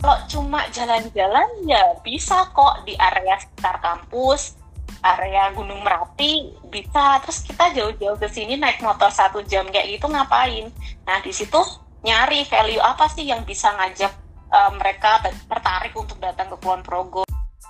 Kalau cuma jalan-jalan ya bisa kok di area sekitar kampus, area Gunung Merapi bisa. Terus kita jauh-jauh ke sini naik motor 1 jam kayak gitu ngapain? Nah di situ nyari value apa sih yang bisa ngajak mereka tertarik untuk datang ke Kulon Progo.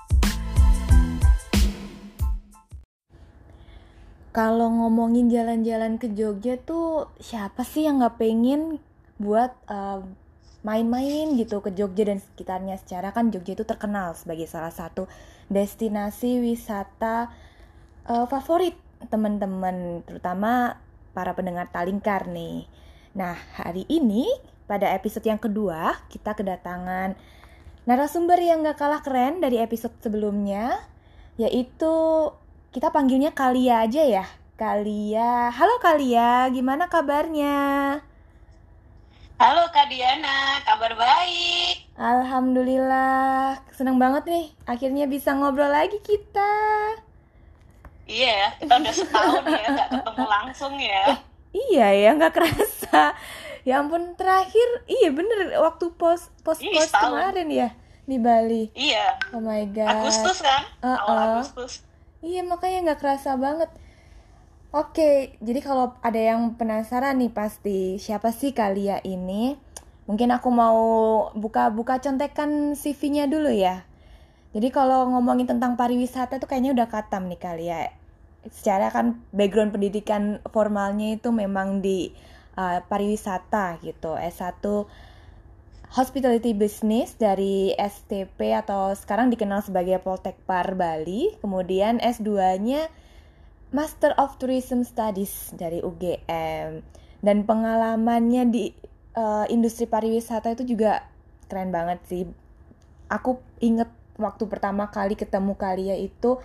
Kalau ngomongin jalan-jalan ke Jogja tuh siapa sih yang nggak pengen buat main-main gitu ke Jogja dan sekitarnya. Secara kan Jogja itu terkenal sebagai salah satu destinasi wisata favorit teman-teman, terutama para pendengar Talingkar nih. Nah, hari ini pada episode yang kedua kita kedatangan narasumber yang gak kalah keren dari episode sebelumnya, yaitu kita panggilnya Kalia aja ya. Kalia, halo Kalia, gimana kabarnya? Halo Kak Diana, kabar baik. Alhamdulillah, seneng banget nih, akhirnya bisa ngobrol lagi kita. Iya ya, kita udah setahun ya nggak ketemu langsung ya. Iya ya, gak kerasa. Ya ampun, terakhir, iya bener, waktu post kemarin ya, di Bali. Iya, Oh my god. Agustus kan? Awal Agustus. Iya, makanya gak kerasa banget. Oke, jadi kalau ada yang penasaran nih pasti, siapa sih Kalia ini? Mungkin aku mau buka contekan CV-nya dulu ya. Jadi kalau ngomongin tentang pariwisata tuh kayaknya udah katam nih Kalia. Secara kan background pendidikan formalnya itu memang di pariwisata gitu. S1 Hospitality Business dari STP atau sekarang dikenal sebagai Poltekpar Bali. Kemudian S2-nya Master of Tourism Studies dari UGM. Dan pengalamannya di industri pariwisata itu juga keren banget sih. Aku inget waktu pertama kali ketemu Kalia itu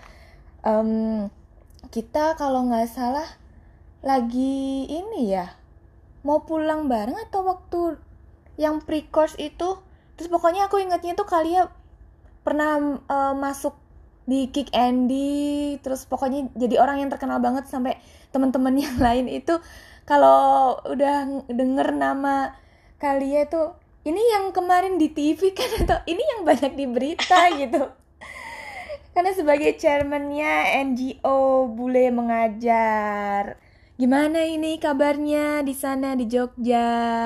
kita kalau nggak salah lagi ini ya, mau pulang bareng atau waktu yang pre-course itu. Terus pokoknya aku ingatnya tuh Kalia pernah masuk di Kick Andy, terus pokoknya jadi orang yang terkenal banget sampai teman-teman yang lain itu kalau udah denger nama Kalia tuh, ini yang kemarin di TV kan, atau ini yang banyak di berita gitu. Karena sebagai chairman-nya NGO Bule Mengajar. Gimana ini kabarnya di sana di Jogja?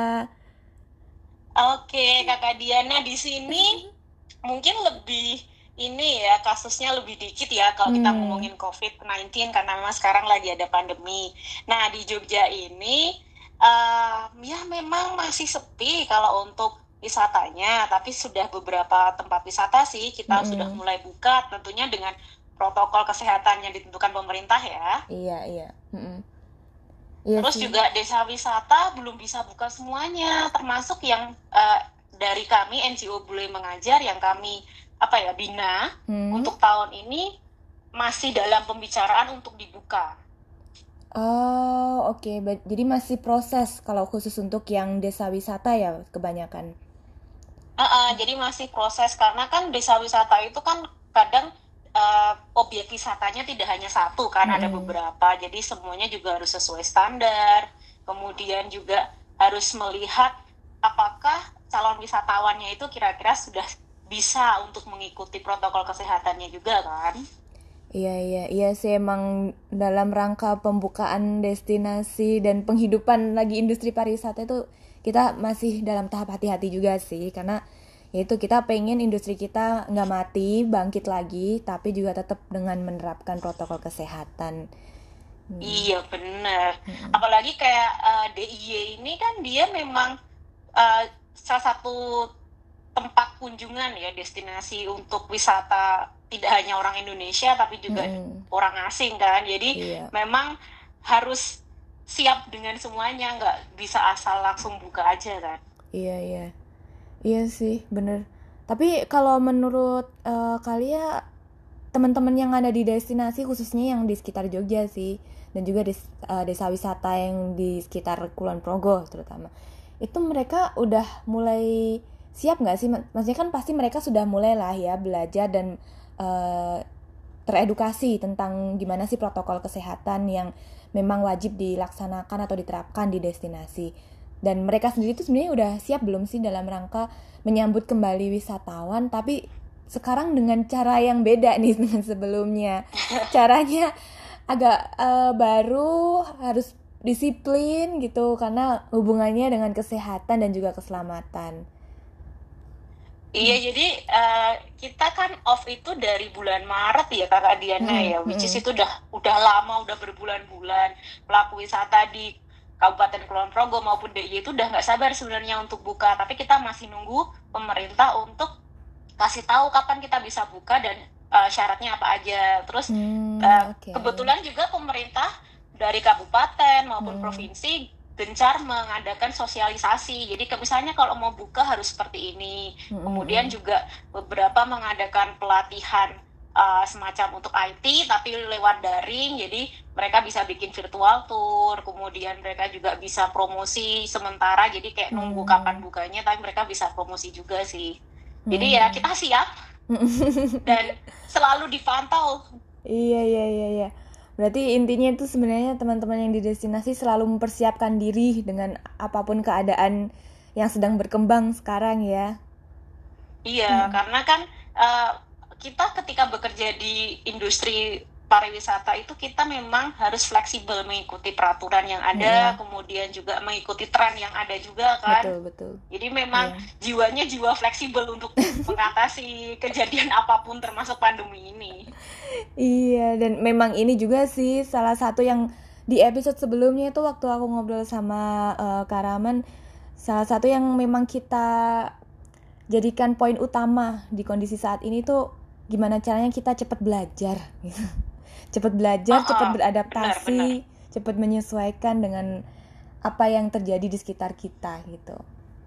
Oke, Kakak Diana di sini mungkin lebih ini ya, kasusnya lebih dikit ya kalau kita ngomongin COVID-19 karena memang sekarang lagi ada pandemi. Nah, di Jogja ini ya memang masih sepi kalau untuk wisatanya, tapi sudah beberapa tempat wisata sih kita sudah mulai buka, tentunya dengan protokol kesehatan yang ditentukan pemerintah ya. Iya. Iya terus sih. Juga desa wisata belum bisa buka semuanya, termasuk yang dari kami NGO Bule Mengajar yang kami bina untuk tahun ini masih dalam pembicaraan untuk dibuka. Oh oke. Jadi masih proses kalau khusus untuk yang desa wisata ya kebanyakan. Jadi masih proses karena kan desa wisata itu kan kadang objek wisatanya tidak hanya satu kan, ada beberapa, jadi semuanya juga harus sesuai standar. Kemudian juga harus melihat apakah calon wisatawannya itu kira-kira sudah bisa untuk mengikuti protokol kesehatannya juga kan. Iya sih, emang dalam rangka pembukaan destinasi dan penghidupan lagi industri pariwisata itu kita masih dalam tahap hati-hati juga sih, karena yaitu kita pengen industri kita nggak mati, bangkit lagi, tapi juga tetap dengan menerapkan protokol kesehatan. Iya benar. Apalagi kayak DIY ini kan dia memang salah satu tempat kunjungan ya, destinasi untuk wisata tidak hanya orang Indonesia tapi juga orang asing kan. Jadi memang harus siap dengan semuanya, nggak bisa asal langsung buka aja kan. Iya sih, bener. Tapi kalau menurut Kalia, teman-teman yang ada di destinasi khususnya yang di sekitar Jogja sih, dan juga desa wisata yang di sekitar Kulon Progo terutama, itu mereka udah mulai siap nggak sih? Maksudnya kan pasti mereka sudah mulai lah ya belajar dan teredukasi tentang gimana sih protokol kesehatan yang memang wajib dilaksanakan atau diterapkan di destinasi. Dan mereka sendiri tuh sebenarnya udah siap belum sih dalam rangka menyambut kembali wisatawan, tapi sekarang dengan cara yang beda nih dengan sebelumnya. Caranya agak baru, harus disiplin gitu karena hubungannya dengan kesehatan dan juga keselamatan. Iya, jadi kita kan off itu dari bulan Maret ya Kakak Diana Mm-mm, ya, which is mm-mm. itu udah lama, udah berbulan-bulan. Pelaku wisata di Kabupaten Kulon Progo maupun DIY itu udah nggak sabar sebenarnya untuk buka, tapi kita masih nunggu pemerintah untuk kasih tahu kapan kita bisa buka dan syaratnya apa aja. Terus Oke. kebetulan juga pemerintah dari kabupaten maupun Mm-mm, provinsi gencar mengadakan sosialisasi. Jadi misalnya kalau mau buka harus seperti ini. Kemudian mm-mm, juga beberapa mengadakan pelatihan semacam untuk IT tapi lewat daring. Jadi mereka bisa bikin virtual tour. Kemudian mereka juga bisa promosi sementara. Jadi kayak nunggu kapan mm-mm, bukanya, tapi mereka bisa promosi juga sih. Jadi ya mm-mm. kita siap dan selalu dipantau. Iya, iya, iya, iya. Berarti intinya itu sebenarnya teman-teman yang di destinasi selalu mempersiapkan diri dengan apapun keadaan yang sedang berkembang sekarang ya. Iya, karena kan uh, kita ketika bekerja di industri pariwisata itu kita memang harus fleksibel mengikuti peraturan yang ada, Mm-mm. kemudian juga mengikuti tren yang ada juga kan. Betul, betul. Jadi memang Iya. jiwanya jiwa fleksibel untuk mengatasi kejadian apapun termasuk pandemi ini. Iya, dan memang ini juga sih salah satu yang di episode sebelumnya itu waktu aku ngobrol sama Karaman, salah satu yang memang kita jadikan poin utama di kondisi saat ini tuh gimana caranya kita cepat belajar gitu. Cepat belajar, cepat Benar-benar. beradaptasi, cepat menyesuaikan dengan apa yang terjadi di sekitar kita gitu.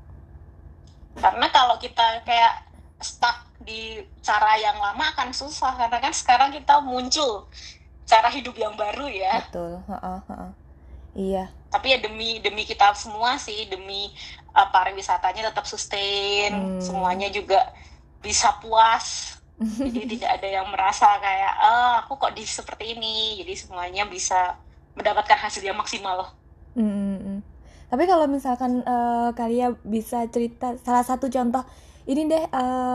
Karena kalau kita kayak stuck di cara yang lama akan susah, karena kan sekarang kita muncul cara hidup yang baru ya. Betul, heeh, heeh. Iya. Tapi ya demi demi kita semua sih, demi pariwisatanya tetap sustain, Hmm. semuanya juga bisa puas. Jadi tidak ada yang merasa kayak aku kok di seperti ini. Jadi semuanya bisa mendapatkan hasil yang maksimal. Mm. Tapi kalau misalkan kalian bisa cerita salah satu contoh ini deh,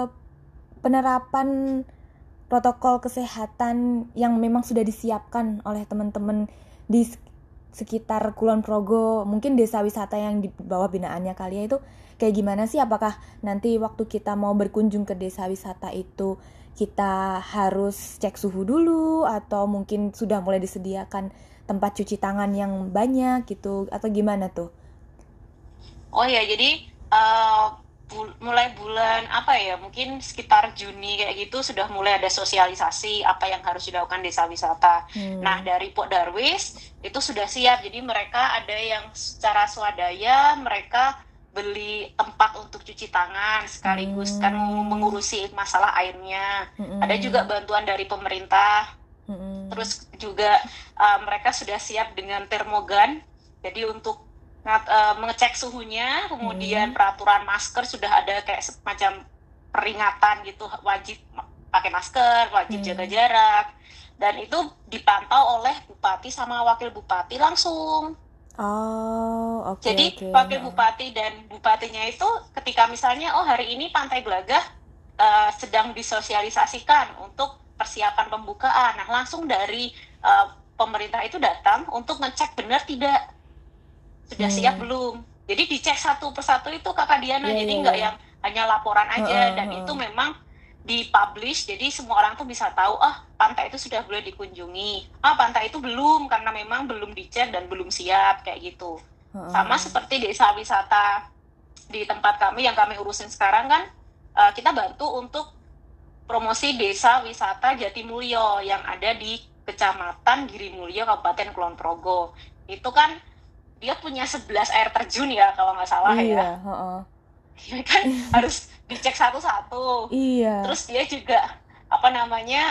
penerapan protokol kesehatan yang memang sudah disiapkan oleh teman-teman di sekitar Kulon Progo, mungkin desa wisata yang di bawah binaannya kalian itu kayak gimana sih? Apakah nanti waktu kita mau berkunjung ke desa wisata itu kita harus cek suhu dulu atau mungkin sudah mulai disediakan tempat cuci tangan yang banyak gitu atau gimana tuh? Oh ya, jadi mulai bulan apa ya, mungkin sekitar Juni kayak gitu sudah mulai ada sosialisasi apa yang harus dilakukan desa wisata. Nah, Hmm. dari Pok Darwis itu sudah siap, jadi mereka ada yang secara swadaya mereka beli tempat untuk cuci tangan sekaligus kan Hmm. mengurusi masalah airnya. Ada juga Mm-mm. bantuan dari pemerintah. Mm-mm. Terus juga mereka sudah siap dengan termogan. Jadi untuk mengecek suhunya, kemudian Mm-mm. peraturan masker sudah ada kayak semacam peringatan gitu, wajib pakai masker, wajib jaga Hmm. jarak. Dan itu dipantau oleh bupati sama wakil bupati langsung. Oh, oke, Jadi oke. wakil Heeh. bupati dan bupatinya itu ketika misalnya oh hari ini Pantai Glagah sedang disosialisasikan untuk persiapan pembukaan. Nah, langsung dari pemerintah itu datang untuk ngecek benar tidak sudah siap Hmm. belum. Jadi dicek satu persatu itu Kakak Diana. Iya, Jadi iya, nggak iya. yang hanya laporan aja Heeh, dan itu heeh. memang dipublish jadi semua orang tuh bisa tahu pantai itu sudah boleh dikunjungi, pantai itu belum karena memang belum dicek dan belum siap kayak gitu. Sama Heeh. seperti desa wisata di tempat kami yang kami urusin sekarang kan, kita bantu untuk promosi desa wisata Jatimulyo yang ada di Kecamatan Girimulyo, Kabupaten Kulon Progo. Itu kan dia punya 11 air terjun ya kalau nggak salah ya. Iya, heeh. Dia kan harus dicek satu-satu. Iya. Terus dia juga apa namanya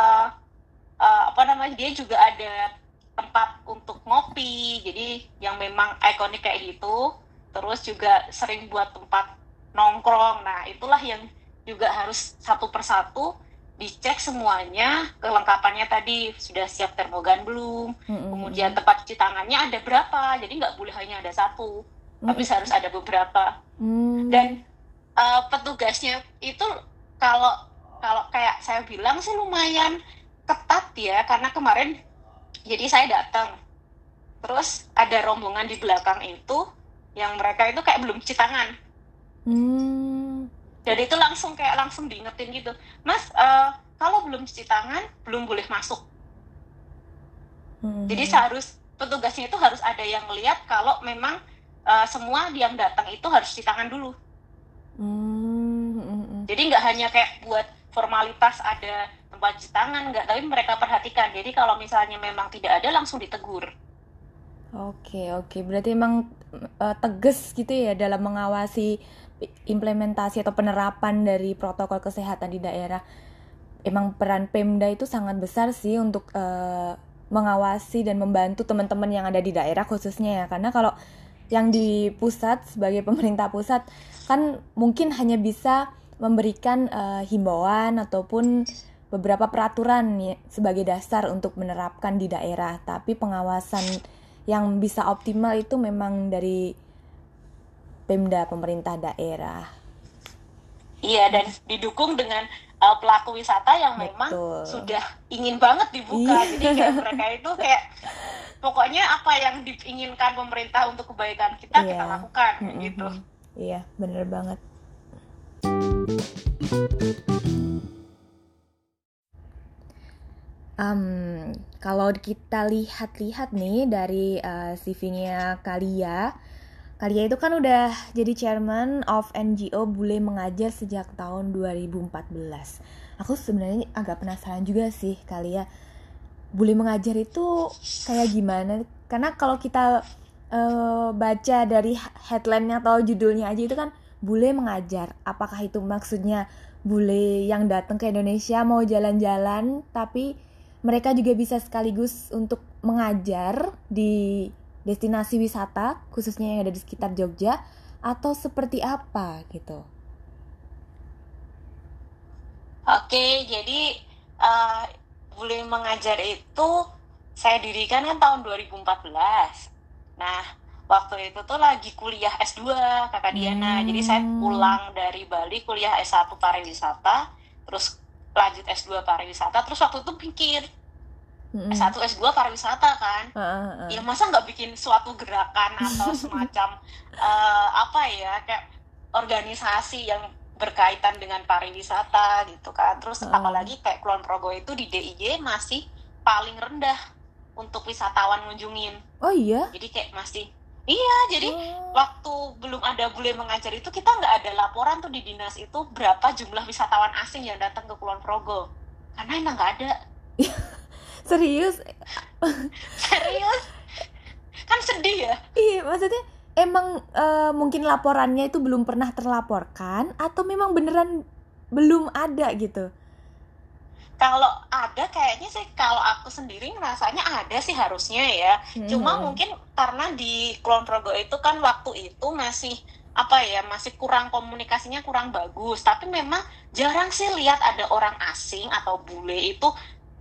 dia juga ada tempat untuk ngopi, jadi yang memang ikonik kayak gitu. Terus juga sering buat tempat nongkrong. Nah, itulah yang juga harus satu persatu dicek semuanya, kelengkapannya tadi sudah siap termogan belum, Mm-mm, kemudian mm-mm. tempat cuci tangannya ada berapa, jadi nggak boleh hanya ada satu. tapi harus ada beberapa. Hmm. Dan petugasnya itu kalau kalau kayak saya bilang sih lumayan ketat ya, karena kemarin jadi saya datang terus ada rombongan di belakang itu yang mereka itu kayak belum cuci tangan. Jadi itu langsung diingetin gitu, Mas, kalau belum cuci tangan belum boleh masuk. Jadi petugasnya itu harus ada yang lihat kalau memang semua yang datang itu harus cuci tangan dulu. Jadi nggak hanya kayak buat formalitas ada tempat cuci tangan, nggak, tapi mereka perhatikan. Jadi kalau misalnya memang tidak ada langsung ditegur. Oke, berarti emang tegas gitu ya dalam mengawasi implementasi atau penerapan dari protokol kesehatan di daerah. Emang peran Pemda itu sangat besar sih untuk mengawasi dan membantu teman-teman yang ada di daerah khususnya ya. Karena kalau yang di pusat sebagai pemerintah pusat kan mungkin hanya bisa memberikan himbauan ataupun beberapa peraturan ya, sebagai dasar untuk menerapkan di daerah. Tapi pengawasan yang bisa optimal itu memang dari Pemda, pemerintah daerah. Iya, dan didukung dengan pelaku wisata yang memang sudah ingin banget dibuka. Jadi kayak mereka itu kayak pokoknya apa yang diinginkan pemerintah untuk kebaikan kita lakukan gitu. Iya, bener banget. Kalau kita lihat-lihat nih dari CV-nya Kalia itu kan udah jadi chairman of NGO Bule Mengajar sejak tahun 2014. Aku sebenarnya agak penasaran juga sih Kalia, Bule Mengajar itu kayak gimana? Karena kalau kita baca dari headline-nya atau judulnya aja itu kan bule mengajar. Apakah itu maksudnya bule yang datang ke Indonesia mau jalan-jalan tapi mereka juga bisa sekaligus untuk mengajar di destinasi wisata khususnya yang ada di sekitar Jogja, atau seperti apa gitu? Oke, jadi Bule Mengajar itu saya dirikan kan tahun 2014. Nah, waktu itu tuh lagi kuliah S2 Kakak Diana. Jadi saya pulang dari Bali kuliah S1 pariwisata, terus lanjut S2 pariwisata, terus waktu itu pikir S1 S2 pariwisata kan, ya masa nggak bikin suatu gerakan atau semacam apa ya, kayak organisasi yang berkaitan dengan pariwisata gitu kan. Terus apalagi kayak Kulon Progo itu di DIY masih paling rendah untuk wisatawan ngunjungin. Oh iya? Jadi kayak masih jadi waktu belum ada Bule Mengajar itu kita nggak ada laporan tuh di dinas itu berapa jumlah wisatawan asing yang datang ke Kulon Progo, karena emang nggak ada. Serius? Serius? Kan sedih ya? Iya, maksudnya emang mungkin laporannya itu belum pernah terlaporkan atau memang beneran belum ada gitu? Kalau ada kayaknya sih, kalau aku sendiri ngerasanya ada sih harusnya ya. Cuma mungkin karena di Kulon Progo itu kan waktu itu masih masih kurang komunikasinya, kurang bagus. Tapi memang jarang sih lihat ada orang asing atau bule itu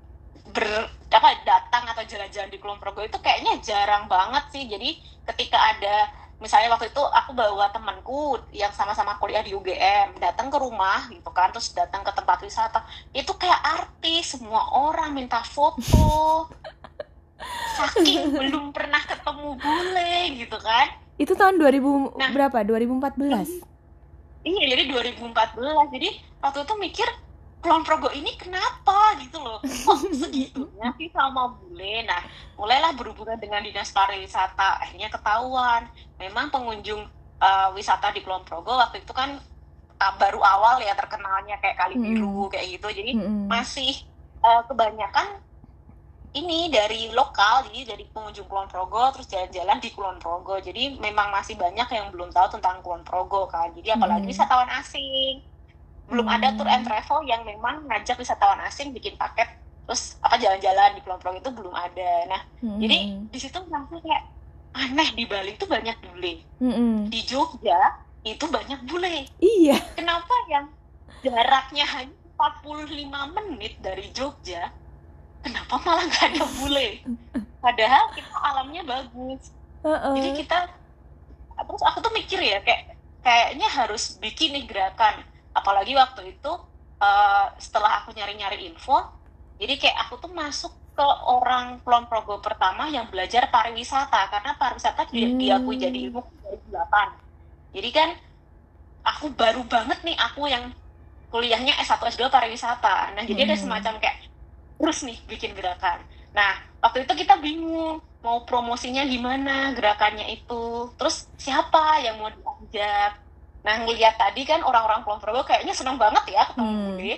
datang atau jalan-jalan di Kulon Progo itu kayaknya jarang banget sih. Jadi ketika ada, misalnya waktu itu aku bawa temanku yang sama-sama kuliah di UGM datang ke rumah gitu kan, terus datang ke tempat wisata, itu kayak artis, semua orang minta foto saking belum pernah ketemu bule gitu kan. Itu tahun 2000 berapa? 2014? Iya, jadi 2014. Jadi waktu itu mikir, Kulon Progo ini kenapa gitu loh, kok segitunya sih sama bule. Nah, mulailah berhubungan dengan dinas pariwisata, akhirnya ketahuan memang pengunjung wisata di Kulon Progo waktu itu kan baru awal ya terkenalnya kayak Kali Biru kayak gitu. Jadi masih kebanyakan ini dari lokal, jadi dari pengunjung Kulon Progo terus jalan-jalan di Kulon Progo. Jadi memang masih banyak yang belum tahu tentang Kulon Progo kan. Jadi apalagi wisatawan asing, belum ada tour and travel yang memang ngajak wisatawan asing bikin paket terus jalan-jalan di Kulon Progo, itu belum ada. Nah, jadi di situ merasa kayak aneh, di Bali itu banyak bule, di Jogja itu banyak bule. Iya. Kenapa yang jaraknya hanya 45 menit dari Jogja, kenapa malah nggak ada bule? Padahal kita alamnya bagus. Jadi kita terus aku tuh mikir ya kayaknya harus bikin nih gerakan, apalagi waktu itu setelah aku nyari-nyari info, jadi kayak aku tuh masuk ke orang Kulon Progo pertama yang belajar pariwisata, karena pariwisata diakui jadi ilmu 2008. Jadi kan aku baru banget nih, aku yang kuliahnya S1 S2 pariwisata. Nah, jadi ada semacam kayak terus nih bikin gerakan. Nah, waktu itu kita bingung mau promosinya gimana gerakannya itu. Terus siapa yang mau diajak? Nah, ngeliat tadi kan orang-orang Kulon Progo kayaknya seneng banget ya ketemu bule.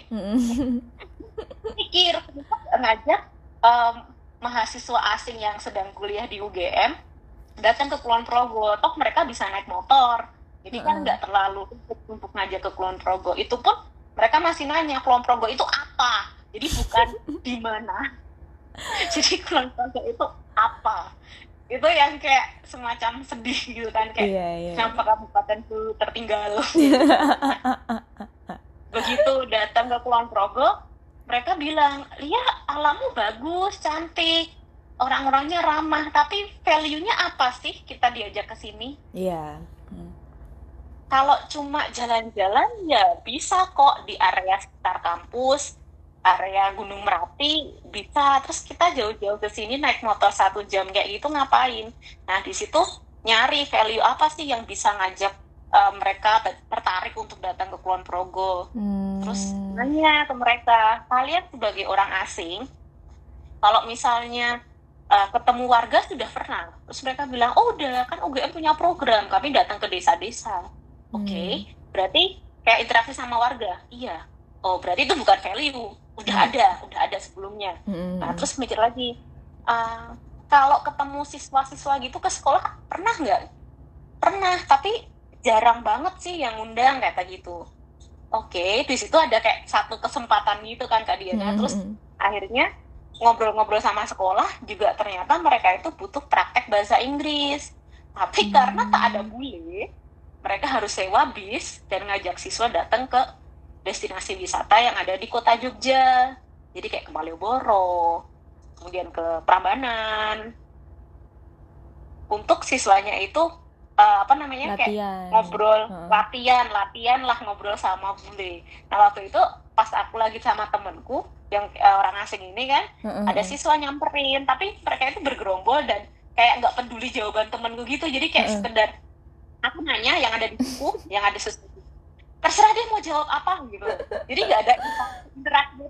Pikir ngajak mahasiswa asing yang sedang kuliah di UGM datang ke Kulon Progo. Toh mereka bisa naik motor. Jadi kan nggak terlalu untuk ngajak ke Kulon Progo. Itu pun mereka masih nanya Kulon Progo itu apa. Jadi bukan di mana. Jadi Kulon Progo itu apa? Itu yang kayak semacam sedih gitu kan, kayak kenapa kabupatenku tertinggal. Begitu datang ke Kulon Progo, mereka bilang, "Lia, alammu bagus, cantik, orang-orangnya ramah, tapi value-nya apa sih kita diajak ke sini?" Iya. Kalau cuma jalan-jalan ya bisa kok di area sekitar kampus, area Gunung Merapi bisa. Terus kita jauh-jauh ke sini naik motor 1 jam kayak gitu ngapain? Nah, di situ nyari value apa sih yang bisa ngajak mereka tertarik untuk datang ke Kulon Progo. Terus nanya ke mereka, kalian sebagai orang asing, kalau misalnya ketemu warga sudah pernah? Terus mereka bilang, oh udah, kan UGM punya program, kami datang ke desa-desa. Oke, berarti kayak interaksi sama warga. Iya. Oh, berarti itu bukan value. Udah ada sebelumnya. Nah, terus mikir lagi, kalau ketemu siswa-siswa gitu ke sekolah, pernah nggak? Pernah, tapi jarang banget sih yang undang kayak gitu. Oke, di situ ada kayak satu kesempatan gitu kan Kak Diana. Terus akhirnya ngobrol-ngobrol sama sekolah juga ternyata mereka itu butuh praktek bahasa Inggris. Tapi karena tak ada bule, mereka harus sewa bis dan ngajak siswa datang ke destinasi wisata yang ada di kota Jogja. Jadi kayak ke Malioboro, kemudian ke Prambanan. Untuk siswanya itu Latihan. kayak ngobrol, latihan lah ngobrol sama bule. Nah, waktu itu pas aku lagi sama temenku yang orang asing ini kan, ada siswa nyamperin, tapi mereka itu bergerombol dan kayak nggak peduli jawaban temenku gitu. Jadi kayak sekedar aku nanya yang ada di buku, yang ada sesuatu, terserah dia mau jawab apa gitu. Jadi nggak ada interaksi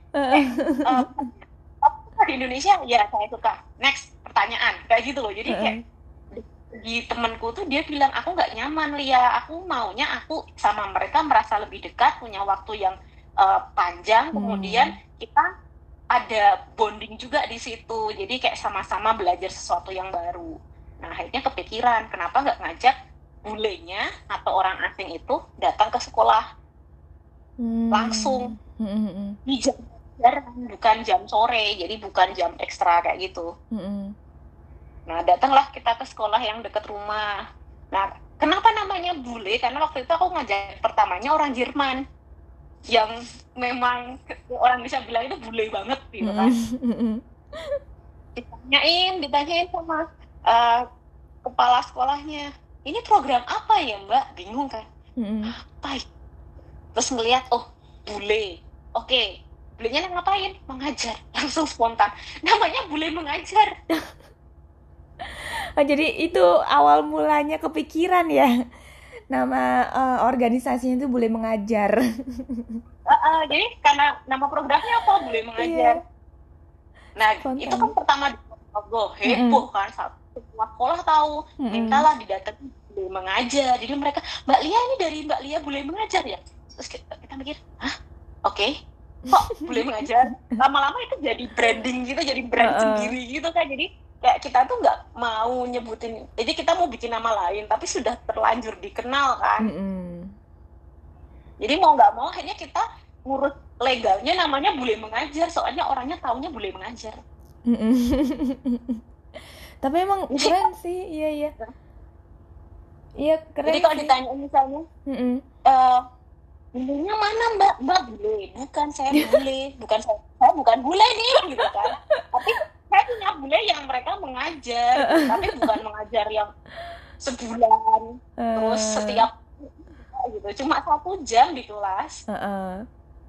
di Indonesia. Ya, saya suka. Next pertanyaan kayak gitu loh. Jadi kayak di temanku tuh dia bilang, aku nggak nyaman Lia, aku maunya aku sama mereka merasa lebih dekat, punya waktu yang panjang, kemudian kita ada bonding juga di situ. Jadi kayak sama-sama belajar sesuatu yang baru. Nah, akhirnya kepikiran, kenapa nggak ngajak bulenya atau orang asing itu datang ke sekolah langsung di jam pelajaran, bukan jam sore, jadi bukan jam ekstra kayak gitu. Nah, datanglah kita ke sekolah yang dekat rumah. Nah, kenapa namanya bule? Karena waktu itu aku ngajak pertamanya orang Jerman yang memang orang bisa bilang itu bule banget gitu kan. Ditanyain sama kepala sekolahnya, ini program apa ya Mbak? Bingung kan? Apa? Terus ngeliat, oh bule. Oke, bulenya ngapain? Mengajar. Langsung spontan, namanya bule mengajar. Oh, jadi itu awal mulanya kepikiran ya, nama organisasinya itu Bule Mengajar. Jadi karena nama programnya apa? Bule Mengajar. Nah, spontan. Itu kan pertama di Progo, heboh kan, semua sekolah tahu, mintalah didatengin Bule Mengajar. Jadi mereka, Mbak Lia ini dari Mbak Lia Bule Mengajar ya? Terus kita mikir, hah? Oke. Kok Bule Mengajar? Lama-lama itu jadi branding gitu, jadi brand sendiri gitu kan. Jadi kayak kita tuh nggak mau nyebutin, jadi kita mau bikin nama lain, tapi sudah terlanjur dikenal kan. Jadi mau nggak mau akhirnya kita ngurus legalnya namanya Bule Mengajar, soalnya orangnya taunya Bule Mengajar. Tapi emang keren sih, iya keren. Jadi kalau ditanya misalnya, bulenya mana Mbak Bule? Bukan, saya bule, saya bukan bule nih gitu kan. Tapi saya punya bule yang mereka mengajar, tapi bukan mengajar yang sebulan, terus Eh, setiap gitu, cuma 1 jam di kelas. Heeh.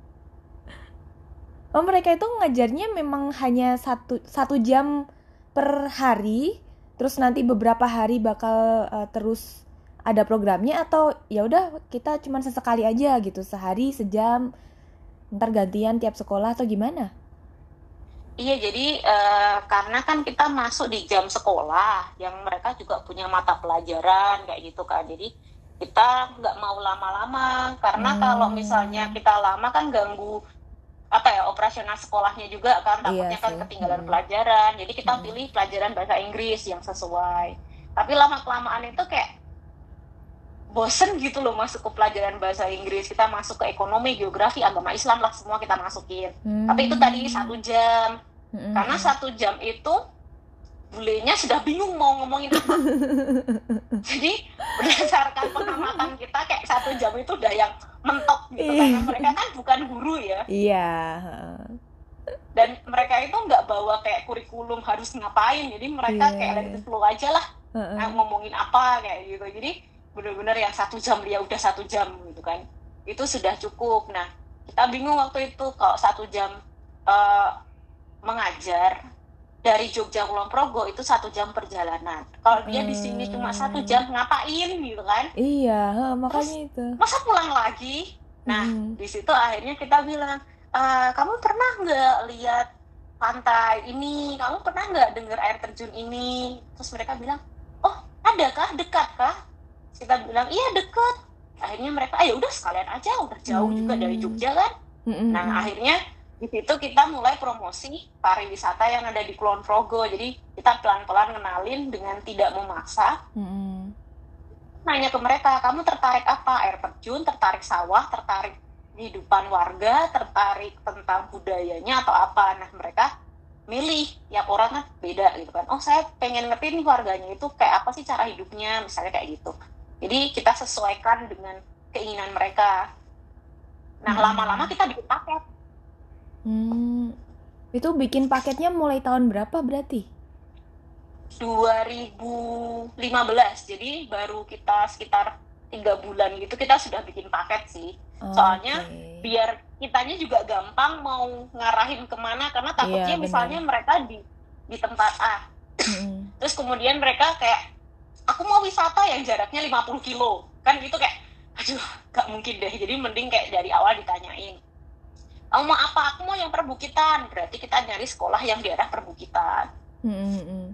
Oh, mereka itu ngajarnya memang hanya satu jam per hari, terus nanti beberapa hari bakal terus ada programnya, atau ya udah kita cuman sesekali aja gitu, sehari sejam, ntar gantian tiap sekolah atau gimana? Iya, jadi karena kan kita masuk di jam sekolah, yang mereka juga punya mata pelajaran kayak gitu kan. Jadi kita nggak mau lama-lama, karena kalau misalnya Hmm, kita lama kan ganggu apa ya operasional sekolahnya juga kan, iya takutnya kan sih. ketinggalan pelajaran. Jadi kita pilih pelajaran bahasa Inggris yang sesuai. Tapi lama kelamaan itu kayak bosen gitu loh masuk ke pelajaran bahasa Inggris. Kita masuk ke ekonomi, geografi, agama Islam lah, semua kita masukin. Tapi itu tadi Hmm. 1 jam. Karena Mm-mm. 1 jam itu bulenya sudah bingung mau ngomongin apa. Jadi berdasarkan pengamatan kita kayak 1 jam itu udah yang mentok gitu, karena Ih, mereka kan bukan guru ya. iya. Heeh. Dan mereka itu nggak bawa kayak kurikulum harus ngapain. Jadi mereka Iya, kayak let iya. it flow aja lah, Heeh. ngomongin apa kayak gitu. Jadi bener-bener yang 1 jam, dia udah 1 jam gitu kan, itu sudah cukup. Nah, kita bingung waktu itu kalau 1 jam uh, mengajar dari Jogja Kulon Progo itu 1 jam perjalanan. Kalau dia di sini cuma satu Eh, jam ngapain gitu kan? iya, heeh, makanya Terus itu. masa pulang lagi? Nah, Mm-mm. di situ akhirnya kita bilang, kamu pernah nggak lihat pantai ini? Kamu pernah nggak dengar air terjun ini? Terus mereka bilang, oh ada kah? Dekat kah? Kita bilang iya dekat. Akhirnya mereka, ya udah sekalian aja, udah jauh juga dari Hmm. Jogja kan. Nah, Mm-mm. akhirnya di situ kita mulai promosi pariwisata yang ada di Kulon Progo. Jadi kita pelan-pelan kenalin dengan tidak memaksa. Mm-mm. Nanya ke mereka, kamu tertarik apa? Air terjun, tertarik sawah, tertarik kehidupan warga, tertarik tentang budayanya atau apa? Nah, mereka milih. Tiap orang kan beda gitu kan. Oh, saya pengen ngerti nih warganya itu kayak apa sih cara hidupnya, misalnya kayak gitu. Jadi kita sesuaikan dengan keinginan mereka. Nah, lama-lama Mm-mm. kita bikin paket. Hmm. Itu bikin paketnya mulai tahun berapa berarti? 2015, jadi baru kita sekitar 3 bulan gitu kita sudah bikin paket sih. Soalnya Oke. biar kitanya juga gampang mau ngarahin kemana, karena Iya, takutnya benar. misalnya mereka di tempat A, Mm-mm. terus kemudian mereka kayak aku mau wisata yang jaraknya 50 kilo kan, gitu kayak aduh gak mungkin deh. Jadi mending kayak dari awal ditanyain, kamu mau apa? Aku mau yang perbukitan. Berarti kita nyari sekolah yang di daerah perbukitan. Mm-mm.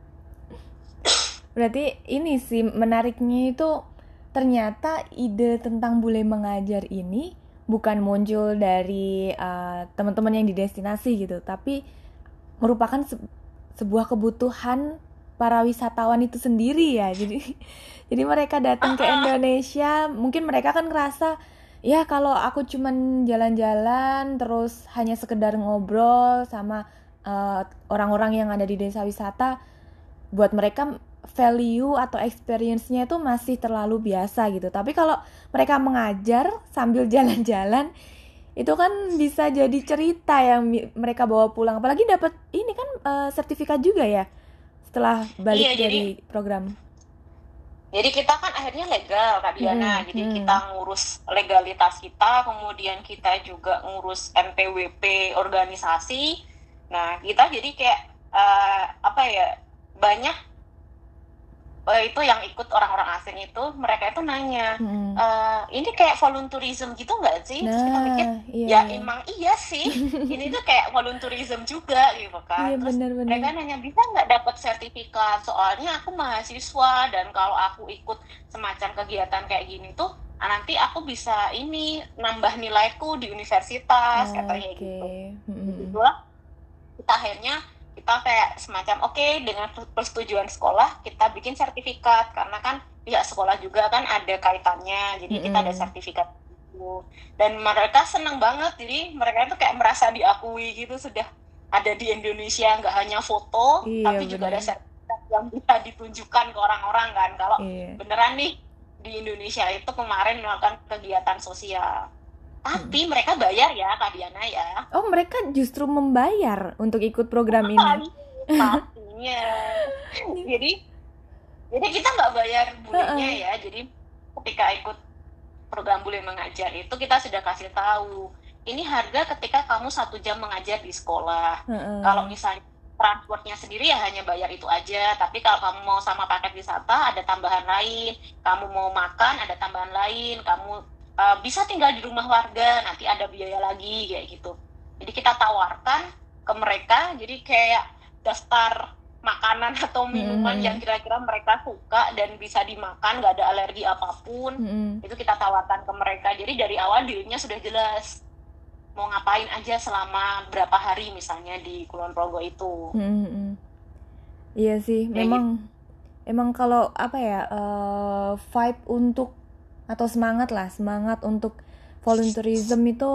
Berarti ini sih menariknya itu, ternyata ide tentang bule mengajar ini bukan muncul dari teman-teman yang di destinasi gitu, tapi merupakan sebuah kebutuhan para wisatawan itu sendiri ya. Jadi mereka datang ke Indonesia, mungkin mereka kan ngerasa, ya kalau aku cuman jalan-jalan terus hanya sekedar ngobrol sama orang-orang yang ada di desa wisata, buat mereka value atau experience-nya itu masih terlalu biasa gitu. Tapi kalau mereka mengajar sambil jalan-jalan, itu kan bisa jadi cerita yang mereka bawa pulang. Apalagi dapat ini kan sertifikat juga ya setelah balik Iya, jadi dari program. kita kan akhirnya legal, Kak Diana. Mm-mm, Jadi mm-mm. kita ngurus legalitas kita, kemudian kita juga ngurus NPWP organisasi. Nah, kita jadi kayak apa ya, banyak itu yang ikut orang-orang asing itu, mereka itu nanya, Mm-mm. ini kayak volunteerism gitu nggak sih? Terus kita mikir, Nah, iya ya iya. emang iya sih, ini tuh kayak volunteerism juga gitu Iya kan. Terus benar-benar. mereka nanya, bisa nggak dapat sertifikat? Soalnya aku mahasiswa, dan kalau aku ikut semacam kegiatan kayak gini tuh, nanti aku bisa ini nambah nilaiku di universitas, katanya Oke. gitu. Mm-mm. Itulah kita akhirnya kita kayak semacam oke, dengan persetujuan sekolah kita bikin sertifikat, karena kan pihak sekolah juga kan ada kaitannya, jadi kita ada Mm-mm. sertifikat itu. Dan mereka senang banget, jadi mereka itu kayak merasa diakui gitu, sudah ada di Indonesia, nggak hanya foto Iya tapi juga ada benar. sertifikat yang bisa ditunjukkan ke orang-orang kan, kalau Iya. beneran nih di Indonesia itu kemarin melakukan kegiatan sosial. Tapi mereka bayar ya, Kak Diana ya. Oh, mereka justru membayar untuk ikut program ini. Pastinya. Jadi Jadi kita nggak bayar bulenya Heeh. ya. Jadi ketika ikut program Bule Mengajar itu kita sudah kasih tahu ini harga ketika kamu 1 jam mengajar di sekolah. Kalau Heeh. misalnya transportnya sendiri ya hanya bayar itu aja. Tapi kalau kamu mau sama paket wisata ada tambahan lain. Kamu mau makan ada tambahan lain. Kamu bisa tinggal di rumah warga nanti ada biaya lagi kayak gitu. Jadi kita tawarkan ke mereka. Jadi kayak daftar makanan atau minuman yang Heeh. kira-kira mereka suka dan bisa dimakan, nggak ada alergi apapun, Heeh. itu kita tawarkan ke mereka. Jadi dari awal dealnya sudah jelas mau ngapain aja selama berapa hari misalnya di Kulon Progo itu. Heeh. Iya sih, Kayak memang gitu. emang kalau apa ya, vibe untuk atau semangat lah, semangat untuk volunteerism itu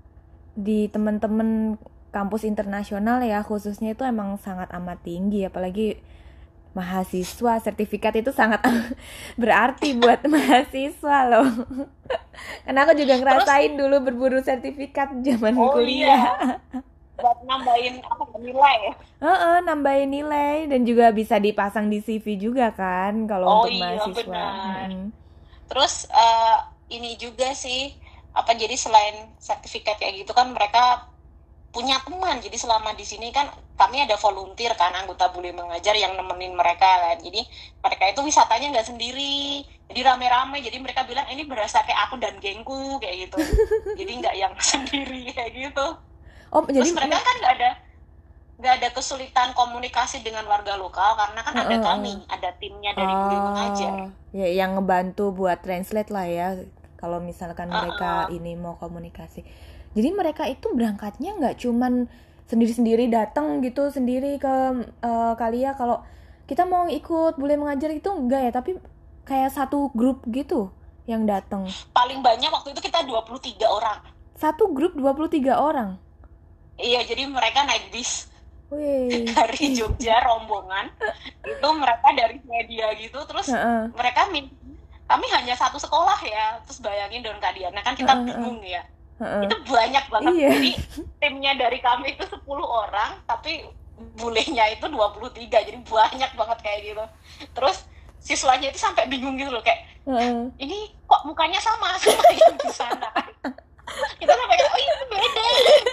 di teman-teman kampus internasional ya khususnya itu emang sangat amat tinggi, apalagi mahasiswa. Sertifikat itu sangat berarti buat mahasiswa loh. Karena aku juga Terus, ngerasain dulu berburu sertifikat zaman oh iya, kuliah. buat nambahin apa nilai ya? Heeh, nambahin nilai dan juga bisa dipasang di CV juga kan kalau Oh untuk iya mahasiswa. benar. Mm-mm. Terus ini juga sih apa jadi selain sertifikat kayak gitu kan mereka punya teman. Jadi selama di sini kan kami ada volunteer kan anggota Bule Mengajar yang nemenin mereka kan. Jadi mereka itu wisatanya nggak sendiri. Jadi rame-rame. Jadi mereka bilang ini berasa kayak aku dan gengku kayak gitu. Jadi nggak yang sendiri kayak gitu. Oh, jadi Terus mereka kan nggak ada kesulitan komunikasi dengan warga lokal karena kan ada heeh, heeh. kami, ada timnya dari Bule Mengajar. Oh, ya yang ngebantu buat translate lah ya kalau misalkan mereka Uh-uh. ini mau komunikasi. Jadi mereka itu berangkatnya nggak cuman sendiri-sendiri datang gitu sendiri ke Kalia. Kalau kita mau ikut boleh mengajar itu enggak ya, tapi kayak satu grup gitu yang datang. Paling banyak waktu itu kita 23 orang. Satu grup 23 orang. Iya, jadi mereka naik bis Wih. dari Jogja rombongan itu mereka dari media gitu terus Heeh. mereka kami hanya satu sekolah ya terus bayangin dong Kak Diana kan kita Heeh, heeh. bingung ya Heeh. itu banyak banget Iya. jadi timnya dari kami itu 10 orang tapi bulenya itu 23 jadi banyak banget kayak gitu terus siswanya itu sampai bingung gitu loh kayak Heeh. ini kok mukanya sama sama yang di sana kita sampai kayak oh itu beda.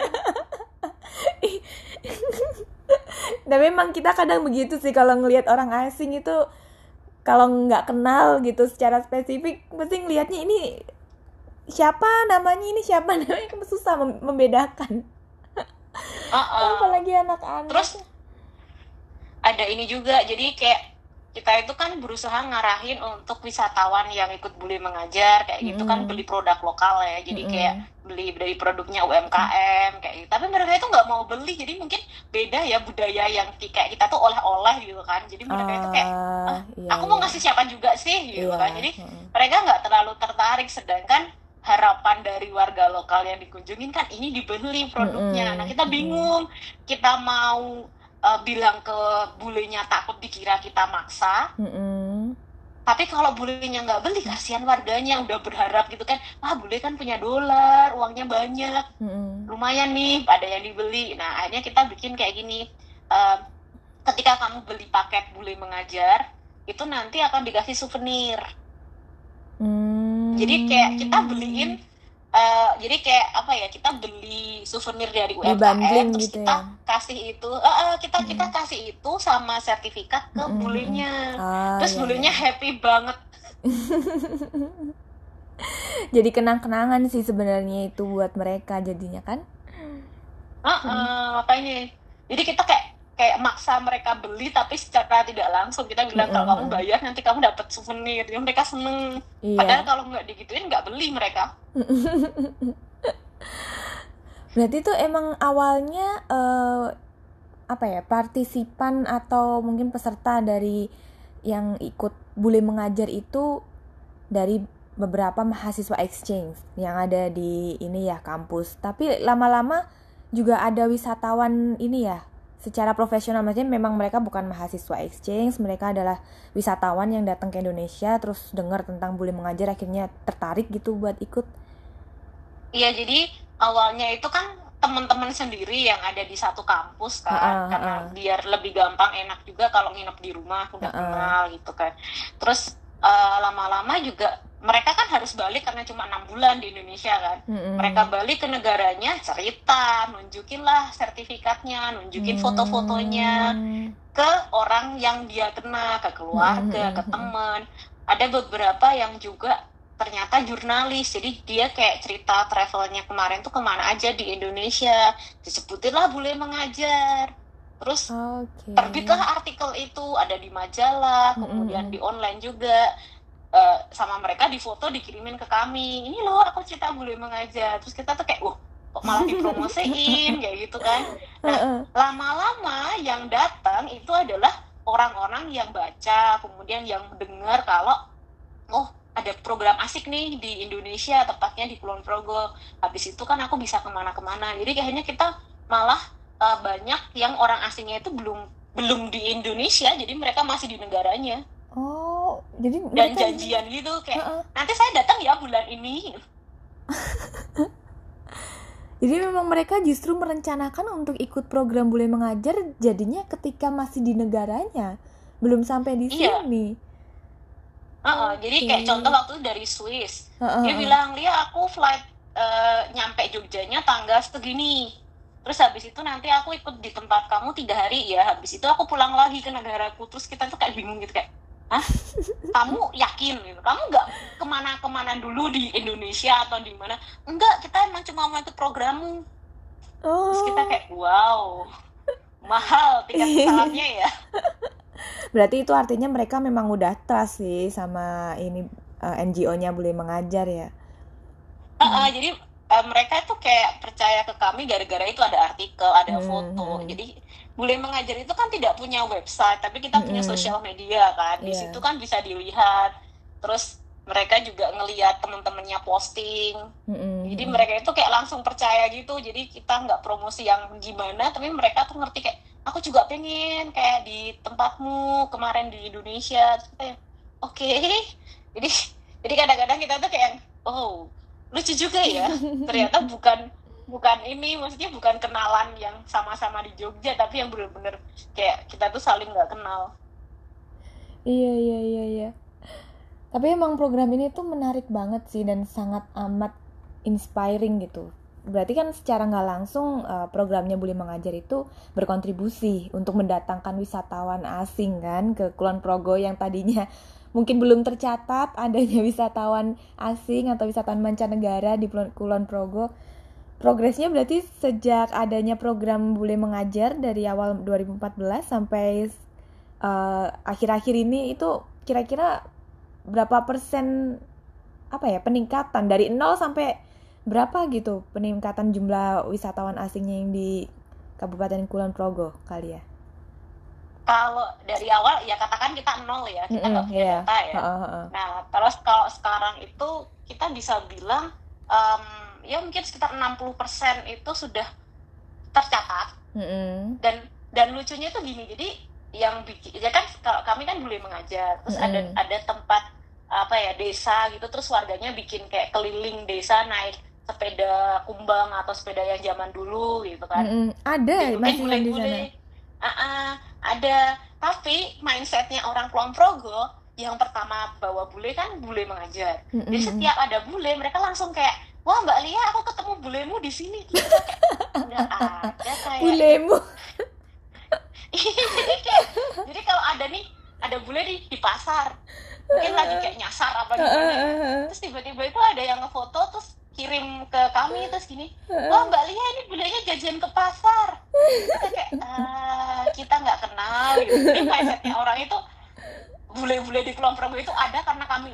Dan memang kita kadang begitu sih kalau ngelihat orang asing itu, kalau nggak kenal gitu secara spesifik pasti ngelihatnya ini siapa namanya, ini siapa namanya, susah membedakan. Uh-uh. Apalagi anak-anak. Terus ada ini juga jadi kayak kita itu kan berusaha ngarahin untuk wisatawan yang ikut Bule Mengajar kayak gitu kan Mm-mm. beli produk lokal ya jadi kayak Mm-mm. beli dari produknya UMKM kayak gitu tapi mereka itu nggak mau beli jadi mungkin beda ya budaya yang kayak kita tuh oleh-oleh gitu kan jadi mereka itu kayak ah Iya aku mau iya. ngasih siapa juga sih gitu Iya. kan jadi Mm-mm. mereka nggak terlalu tertarik sedangkan harapan dari warga lokal yang dikunjungin kan ini dibeli produknya nah Mm-mm. kita Mm-mm. bingung kita mau bilang ke bulenya takut dikira kita maksa Mm-mm. tapi kalau bulenya nggak beli kasihan warganya udah berharap gitu kan ah bule kan punya dolar uangnya banyak Mm-mm. lumayan nih ada yang dibeli nah akhirnya kita bikin kayak gini eh, ketika kamu beli paket Bule Mengajar itu nanti akan dikasih souvenir jadi kayak kita beliin Mm. jadi kayak apa ya kita beli souvenir dari Dibanding UMKM terus gitu kita ya. kasih itu kita Mm-mm. kasih itu sama sertifikat ke Mm-mm. Mm-mm. bulenya Ah terus ya ya. bulenya happy banget. Jadi kenang-kenangan sih sebenarnya itu buat mereka jadinya kan. Makanya jadi kita kayak kayak maksa mereka beli tapi secara tidak langsung kita bilang Mm-mm. kalau kamu Mm-mm. bayar nanti kamu dapat souvenir ya mereka seneng padahal Iya. kalau nggak digituin nggak beli mereka. Berarti tuh emang awalnya apa ya, partisipan atau mungkin peserta dari yang ikut Bule Mengajar itu dari beberapa mahasiswa exchange yang ada di ini ya kampus. Tapi lama-lama juga ada wisatawan ini ya secara profesional, maksudnya memang mereka bukan mahasiswa exchange, mereka adalah wisatawan yang datang ke Indonesia terus dengar tentang Bule Mengajar akhirnya tertarik gitu buat ikut. Iya jadi awalnya itu kan teman-teman sendiri yang ada di satu kampus kan, Heeh, karena heeh, biar lebih gampang, enak juga kalau nginep di rumah udah heeh. kenal gitu kan. Terus lama-lama juga mereka kan harus balik karena cuma 6 bulan di Indonesia kan. Mereka Mm-mm. balik ke negaranya, cerita, nunjukin lah sertifikatnya, nunjukin foto-fotonya Hmm. ke orang yang dia kena, ke Mm-mm, keluarga, ke mm-mm, mm-mm. teman. Ada beberapa yang juga ternyata jurnalis, jadi dia kayak cerita travelnya kemarin tuh kemana aja di Indonesia, disebutin lah bule mengajar. Terus Oke. terbitlah artikel itu, ada di majalah, Mm-mm, kemudian di mm-mm. online juga. Sama mereka difoto dikirimin ke kami, ini loh aku cerita bule mengajar. Terus kita tuh kayak, kok malah dipromosiin kayak gitu kan. Nah, Heeh. lama-lama yang datang itu adalah orang-orang yang baca, kemudian yang mendengar kalau ada program asik nih di Indonesia, tepatnya di Kulon Progo. Habis itu kan aku bisa kemana-kemana. Jadi kayaknya kita malah banyak yang orang asingnya itu belum belum di Indonesia, jadi mereka masih di negaranya. Oh, jadi Dan mereka. janjian gitu kayak, Heeh. nanti saya datang ya bulan ini. Jadi memang mereka justru merencanakan untuk ikut program Bule Mengajar jadinya ketika masih di negaranya, belum sampai di Iya. sini. Jadi Oke. kayak contoh waktu itu dari Swiss, Heeh, dia heeh. bilang, Lia aku flight nyampe Jogjanya tanggal segini, terus habis itu nanti aku ikut di tempat kamu 3 hari ya, habis itu aku pulang lagi ke negaraku. Terus kita tuh kayak bingung gitu, kayak, hah, kamu yakin gitu, kamu nggak kemana-kemana dulu di Indonesia atau di mana? Enggak, kita emang cuma mau ikut programmu. Terus kita Oh. kayak, wow, mahal tiket pesawatnya ya. Berarti itu artinya mereka memang udah trust sih sama ini NGO-nya Bule Mengajar ya. Jadi mereka tuh kayak percaya ke kami gara-gara itu ada artikel, ada foto. Hmm. Jadi Bule Mengajar itu kan tidak punya website, tapi kita punya sosial media kan. Di situ Iya. kan bisa dilihat. Terus mereka juga ngelihat teman-temannya posting. Jadi mereka itu kayak langsung percaya gitu. Jadi kita nggak promosi yang gimana, tapi mereka tuh ngerti kayak, aku juga pengen kayak di tempatmu kemarin di Indonesia. Terus kayak, oke. Jadi jadi kadang-kadang kita tuh kayak, oh, lucu juga ya. Ternyata bukan bukan ini, maksudnya bukan kenalan yang sama-sama di Jogja, tapi yang bener-bener kayak kita tuh saling nggak kenal. Iya, iya, iya, iya. Tapi emang program ini tuh menarik banget sih dan sangat amat inspiring gitu. Berarti kan secara nggak langsung programnya Bule Mengajar itu berkontribusi untuk mendatangkan wisatawan asing kan ke Kulon Progo yang tadinya mungkin belum tercatat adanya wisatawan asing atau wisatawan mancanegara di Kulon Progo. Progresnya berarti sejak adanya program Bule Mengajar dari awal 2014 sampai akhir-akhir ini itu kira-kira berapa persen peningkatan dari 0 sampai berapa gitu peningkatan jumlah wisatawan asingnya yang di Kabupaten Kulon Progo kali ya? Kalau dari awal ya katakan kita nol ya, kita nggak punya Iya. data ya. Nah, terus kalau sekarang itu kita bisa bilang ya mungkin sekitar 60% itu sudah tercatat. Dan lucunya itu gini, jadi yang bikin ya kan, kalau kami kan boleh mengajar, terus ada tempat desa gitu, terus warganya bikin kayak keliling desa naik sepeda kumbang atau sepeda yang zaman dulu gitu kan. Ada Mungkin masih yang di sana. bule-bule ada, tapi mindsetnya orang Kulon Progo yang pertama bawa bule kan bule mengajar. Jadi setiap ada bule mereka langsung kayak, wah Mbak Lia, aku ketemu bulemu di sini. Gitu. Nggak ada kayak Bulemu. jadi kalau ada bule di pasar, mungkin lagi kayak nyasar apa gimana, terus tiba-tiba itu ada yang ngefoto terus kirim ke kami, terus gini, wah Mbak Lia, ini bulenya jajan ke pasar. Kita kayak kita nggak kenal gitu. Jadi mindsetnya orang itu, bule-bule di Kulon Progo itu ada karena kami.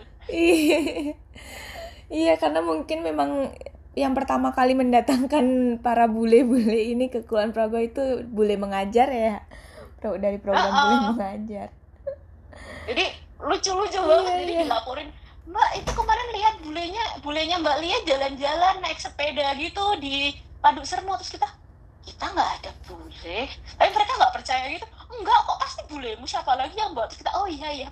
Iya, karena mungkin memang yang pertama kali mendatangkan para bule-bule ini ke Kulon Progo itu Bule Mengajar ya, dari program Bule Mengajar. Jadi lucu-lucu banget. Jadi dilaporin, Mbak, itu kemarin lihat bulenya Mbak Lia jalan-jalan naik sepeda gitu di Paduk Sermo. Terus kita nggak ada bule, tapi mereka nggak percaya gitu. Enggak kok, pasti bulemu, siapa lagi yang bawa. Terus kita, oh iya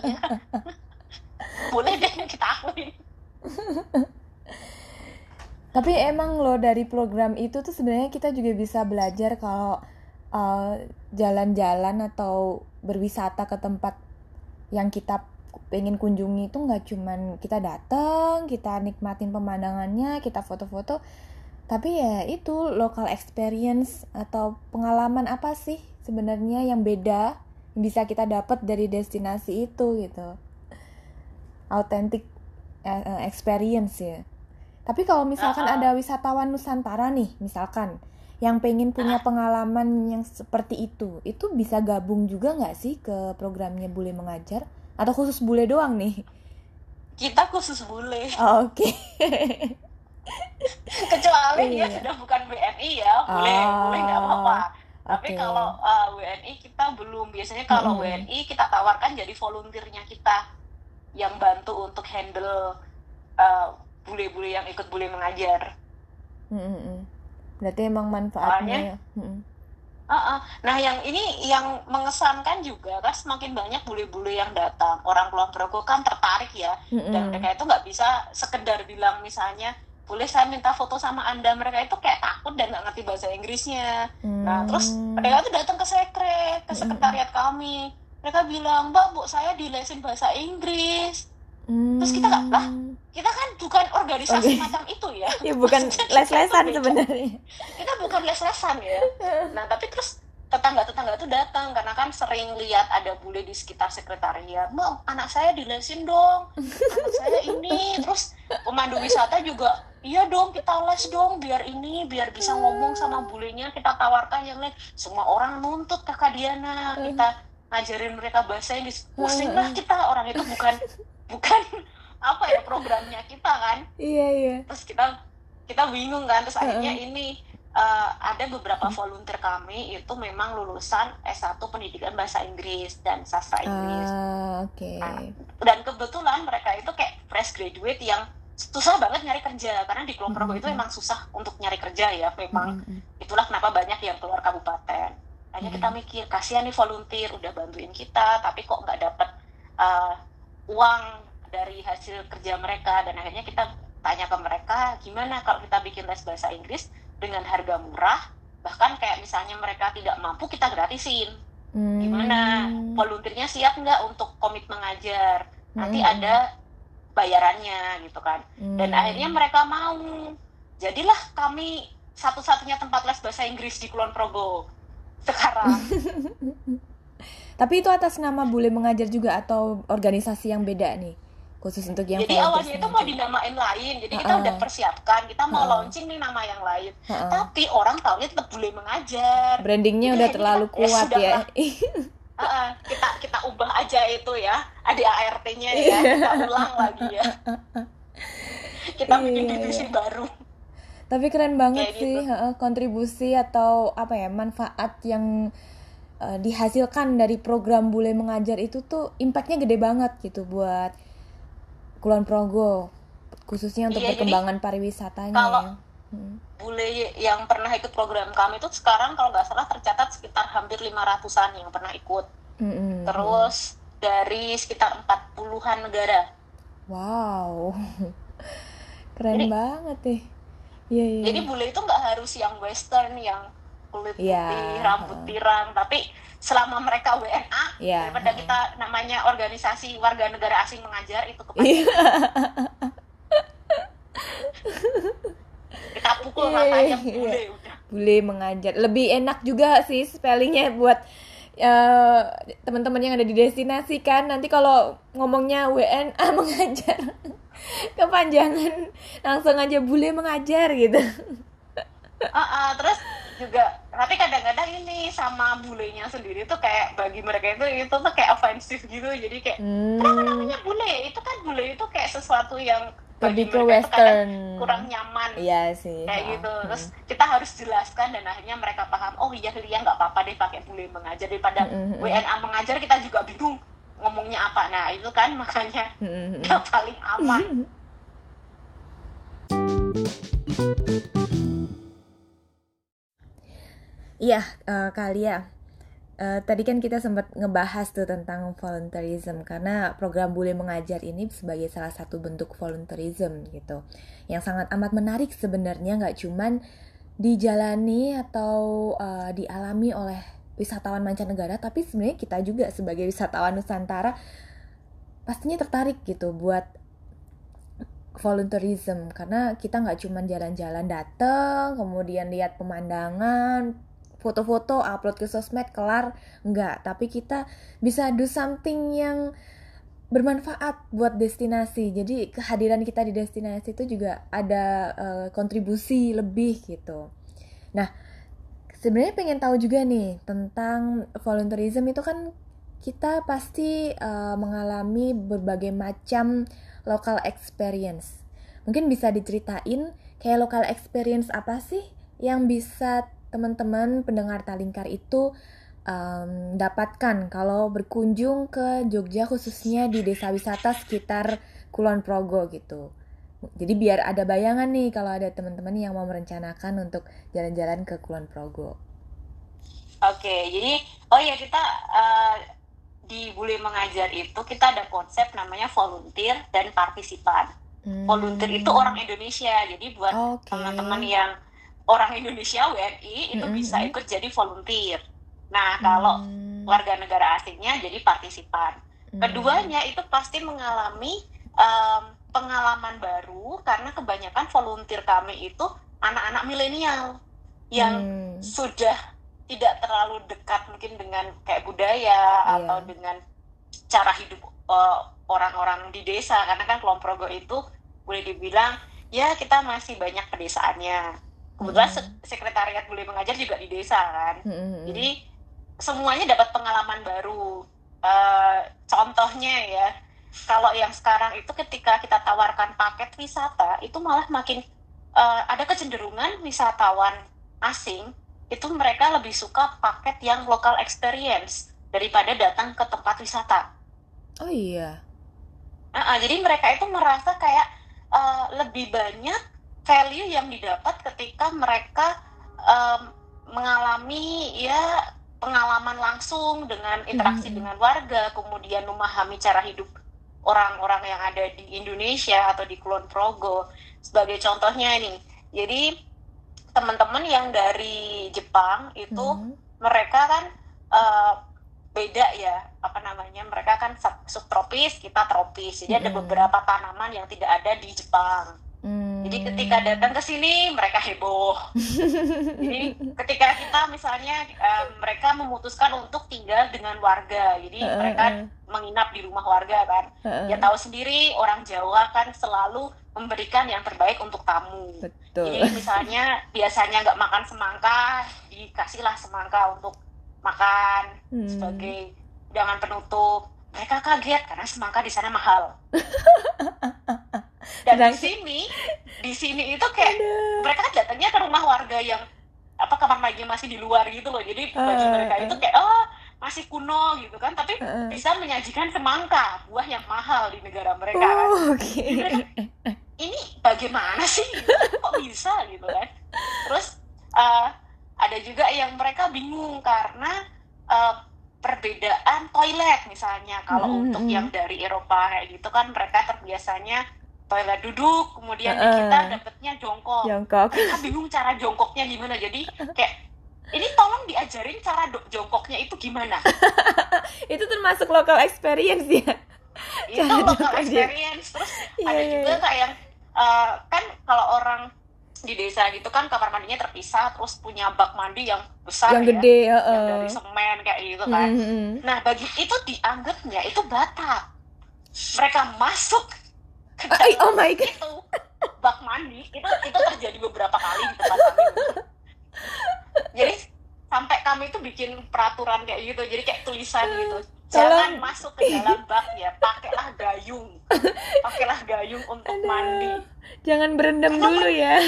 boleh deh kita akuin. Tapi emang loh dari program itu tuh sebenarnya kita juga bisa belajar kalau jalan-jalan atau berwisata ke tempat yang kita pengen kunjungi itu nggak cuman kita datang, kita nikmatin pemandangannya, kita foto-foto, tapi ya itu local experience atau pengalaman apa sih sebenarnya yang beda yang bisa kita dapat dari destinasi itu gitu. Authentic experience ya. Tapi kalau misalkan ada wisatawan Nusantara nih, misalkan yang pengen punya pengalaman yang seperti itu bisa gabung juga nggak sih ke programnya Bule Mengajar? Atau khusus bule doang nih? Kita khusus bule. Oh, oke. Kecuali dia sudah bukan WNI ya, boleh nggak apa-apa. Tapi Oke. kalau WNI kita belum. Biasanya kalau WNI kita tawarkan jadi volunteernya kita yang bantu untuk handle bule-bule yang ikut Bule Mengajar. Berarti emang manfaatnya ya. Nah yang ini yang mengesankan juga kan semakin banyak bule-bule yang datang, orang Kulon Progo kan tertarik ya, dan mereka itu nggak bisa sekedar bilang misalnya boleh saya minta foto sama Anda, mereka itu kayak takut dan nggak ngerti bahasa Inggrisnya. Nah terus mereka itu datang ke sekre, ke sekretariat kami, mereka bilang Mbak Bu saya dilesin bahasa Inggris. Terus kita nggak lah, kita kan bukan organisasi macam itu ya. Ya bukan les-lesan sebenarnya. Kita bukan les-lesan ya. Nah tapi terus tetangga-tetangga itu datang karena kan sering lihat ada bule di sekitar sekretariat. Mbak, anak saya dilesin dong. Anak saya ini. Terus pemandu wisata juga, iya dong kita les dong biar bisa ngomong sama bulenya, kita tawarkan yang lain. Semua orang nuntut Kakak Diana, kita ngajarin mereka bahasa Inggris. Pusing lah kita, orang itu bukan apa ya programnya kita kan. Iya. Terus kita bingung kan. Terus akhirnya ini ada beberapa volunteer kami itu memang lulusan S1 Pendidikan Bahasa Inggris dan Sastra Inggris. Oke. Dan kebetulan mereka itu kayak fresh graduate yang susah banget nyari kerja karena di Kulon Progo itu emang susah untuk nyari kerja ya. Memang itulah kenapa banyak yang keluar kabupaten. Akhirnya kita mikir kasihan nih volunteer udah bantuin kita tapi kok nggak dapet uang dari hasil kerja mereka. Dan akhirnya kita tanya ke mereka gimana kalau kita bikin les bahasa Inggris dengan harga murah, bahkan kayak misalnya mereka tidak mampu kita gratisin. Gimana volunteernya siap nggak untuk komit mengajar, nanti ada bayarannya gitu kan. Dan akhirnya mereka mau, jadilah kami satu-satunya tempat les bahasa Inggris di Kulon Progo sekarang. Tapi itu atas nama Bule Mengajar juga atau organisasi yang beda nih? Khusus untuk yang jadi awalnya itu mau dinamain lain. Jadi kita udah persiapkan, kita mau launching nih nama yang lain. Tapi orang taunya tetap Bule Mengajar. Brandingnya jadi udah terlalu kuat ya. Kita ubah aja itu ya. Ada ART-nya ya. Kita ulang lagi ya. Kita bikin divisi baru. Tapi keren banget kayak sih gitu. Kontribusi atau apa ya manfaat yang dihasilkan dari program Bule Mengajar itu tuh impactnya gede banget gitu buat Kulon Progo, khususnya untuk perkembangan pariwisatanya. Kalau bule yang pernah ikut program kami itu sekarang kalau nggak salah tercatat sekitar hampir 500-an yang pernah ikut. Terus dari sekitar 40-an negara. Wow, keren banget nih. Iya. Jadi bule itu nggak harus yang western, yang kulit putih, rambut pirang, tapi selama mereka WNA, daripada kita namanya organisasi warga negara asing mengajar itu kepanjangan. Kita pukul matanya bule udah. Bule Mengajar. Lebih enak juga sih spellingnya buat teman-teman yang ada di destinasi kan. Nanti kalau ngomongnya WNA mengajar kepanjangan, langsung aja Bule Mengajar gitu. Terus juga tapi kadang-kadang ini sama bulenya sendiri tuh kayak bagi mereka itu tuh kayak ofensif gitu. Jadi kayak kenapa namanya bule? Itu kan bule itu kayak sesuatu yang bagi lebih ke mereka western, kurang nyaman. Iya sih. Kayak gitu. Terus kita harus jelaskan dan akhirnya mereka paham. Oh iya nggak apa-apa deh pakai Bule Mengajar daripada WNA mengajar, kita juga bingung ngomongnya apa. Nah itu kan makanya yang paling aman. Iya, Kalia. Tadi kan kita sempat ngebahas tuh tentang volunteerism karena program Bule Mengajar ini sebagai salah satu bentuk volunteerism gitu, yang sangat amat menarik sebenarnya, nggak cuman dijalani atau dialami oleh wisatawan mancanegara, tapi sebenarnya kita juga sebagai wisatawan Nusantara pastinya tertarik gitu buat volunteerism, karena kita nggak cuma jalan-jalan dateng kemudian lihat pemandangan, foto-foto, upload ke sosmed, kelar, enggak, tapi kita bisa do something yang bermanfaat buat destinasi. Jadi kehadiran kita di destinasi itu juga ada kontribusi lebih gitu. Nah, sebenarnya pengen tahu juga nih tentang volunteerism itu kan kita pasti mengalami berbagai macam local experience. Mungkin bisa diceritain kayak local experience apa sih yang bisa teman-teman pendengar Talingkar itu dapatkan kalau berkunjung ke Jogja, khususnya di desa wisata sekitar Kulon Progo gitu. Jadi biar ada bayangan nih kalau ada teman-teman yang mau merencanakan untuk jalan-jalan ke Kulon Progo. Oke, jadi kita di Bule Mengajar itu kita ada konsep namanya volunteer dan partisipan. Volunteer itu orang Indonesia, jadi buat teman-teman yang orang Indonesia WNI itu bisa ikut jadi volunteer. Nah, kalau warga negara asingnya jadi partisipan. Keduanya itu pasti mengalami pengalaman baru karena kebanyakan volunteer kami itu anak-anak milenial yang sudah tidak terlalu dekat mungkin dengan kayak budaya atau dengan cara hidup orang-orang di desa, karena kan Kulon Progo itu boleh dibilang ya kita masih banyak pedesaannya. Kebetulan sekretariat Bule Mengajar juga di desa kan, jadi semuanya dapat pengalaman baru. Contohnya ya, kalau yang sekarang itu ketika kita tawarkan paket wisata itu malah makin ada kecenderungan wisatawan asing itu mereka lebih suka paket yang local experience daripada datang ke tempat wisata. Oh iya. Jadi mereka itu merasa kayak lebih banyak value yang didapat ketika mereka mengalami ya pengalaman langsung dengan interaksi dengan warga, kemudian memahami cara hidup orang-orang yang ada di Indonesia atau di Kulon Progo. Sebagai contohnya nih, jadi teman-teman yang dari Jepang itu mereka kan beda ya, mereka kan subtropis, kita tropis, jadi ada beberapa tanaman yang tidak ada di Jepang. Jadi ketika datang ke sini mereka heboh. Jadi ketika kita misalnya mereka memutuskan untuk tinggal dengan warga, jadi mereka menginap di rumah warga kan. Ya tahu sendiri orang Jawa kan selalu memberikan yang terbaik untuk tamu. Betul. Jadi misalnya biasanya nggak makan semangka, dikasihlah semangka untuk makan sebagai hidangan penutup. Mereka kaget karena semangka di sana mahal. Dan di sini itu kayak mereka kan datangnya ke rumah warga yang kamar mandinya masih di luar gitu loh. Jadi bagi mereka itu kayak masih kuno gitu kan, tapi bisa menyajikan semangka, buah yang mahal di negara mereka kan. Okay. Mereka, ini bagaimana sih? Kok bisa gitu kan? Terus ada juga yang mereka bingung karena perbedaan toilet misalnya. Kalau untuk yang dari Eropa kayak gitu kan mereka terbiasanya toilet duduk, kemudian kita dapetnya jongkok. Mereka bingung cara jongkoknya gimana. Jadi kayak ini tolong diajarin cara jongkoknya itu gimana. Itu termasuk local experience ya. Itu local experience. Terus ada juga kayak yang kan kalau orang di desa gitu kan kamar mandinya terpisah, terus punya bak mandi yang besar yang gede, yang dari semen kayak gitu kan. Nah bagi itu dianggapnya itu batak. Mereka masuk ke dalam itu bak mandi itu terjadi beberapa kali di tempat kami. Jadi sampai kami itu bikin peraturan kayak gitu, jadi kayak tulisan gitu, jangan masuk ke dalam bak ya, pakailah gayung untuk mandi, jangan berendam dulu ya.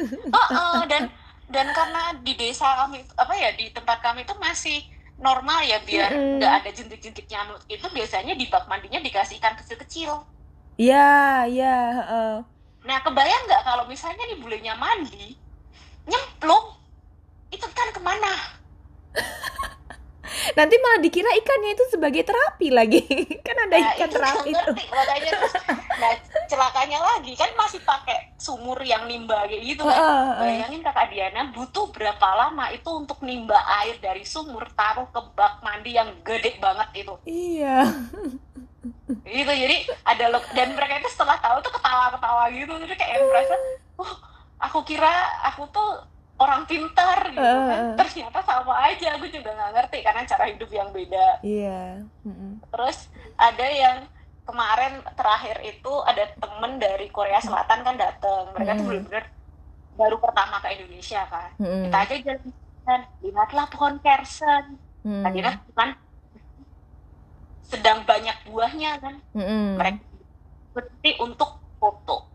dan karena di desa kami di tempat kami itu masih normal ya, biar nggak ada jentik-jentik nyamuk, itu biasanya di bak mandinya dikasih ikan kecil-kecil. Iya. Nah kebayang nggak kalau misalnya di bulenya mandi nyemplung, itu kan kemana? Nanti malah dikira ikannya itu sebagai terapi lagi. Kan ada Nah ikan itu nggak terapi tuh. ngerti makanya terus, nah celakanya lagi kan masih pakai sumur yang nimba kayak gitu kan. Bayangin Kakak Diana butuh berapa lama itu untuk nimba air dari sumur taruh ke bak mandi yang gede banget itu. Iya. Gitu jadi dan mereka itu setelah tahu tuh ketawa-ketawa gitu, jadi kayak merasa aku kira aku tuh orang pintar gitu kan, ternyata sama aja, aku juga nggak ngerti karena cara hidup yang beda. Iya. Terus ada yang kemarin terakhir itu ada temen dari Korea Selatan kan dateng, mereka tuh bener-bener baru pertama ke Indonesia kan, kita aja jalan, lihatlah pohon kersen, tadi kan sedang banyak buahnya kan, mereka berhenti untuk foto,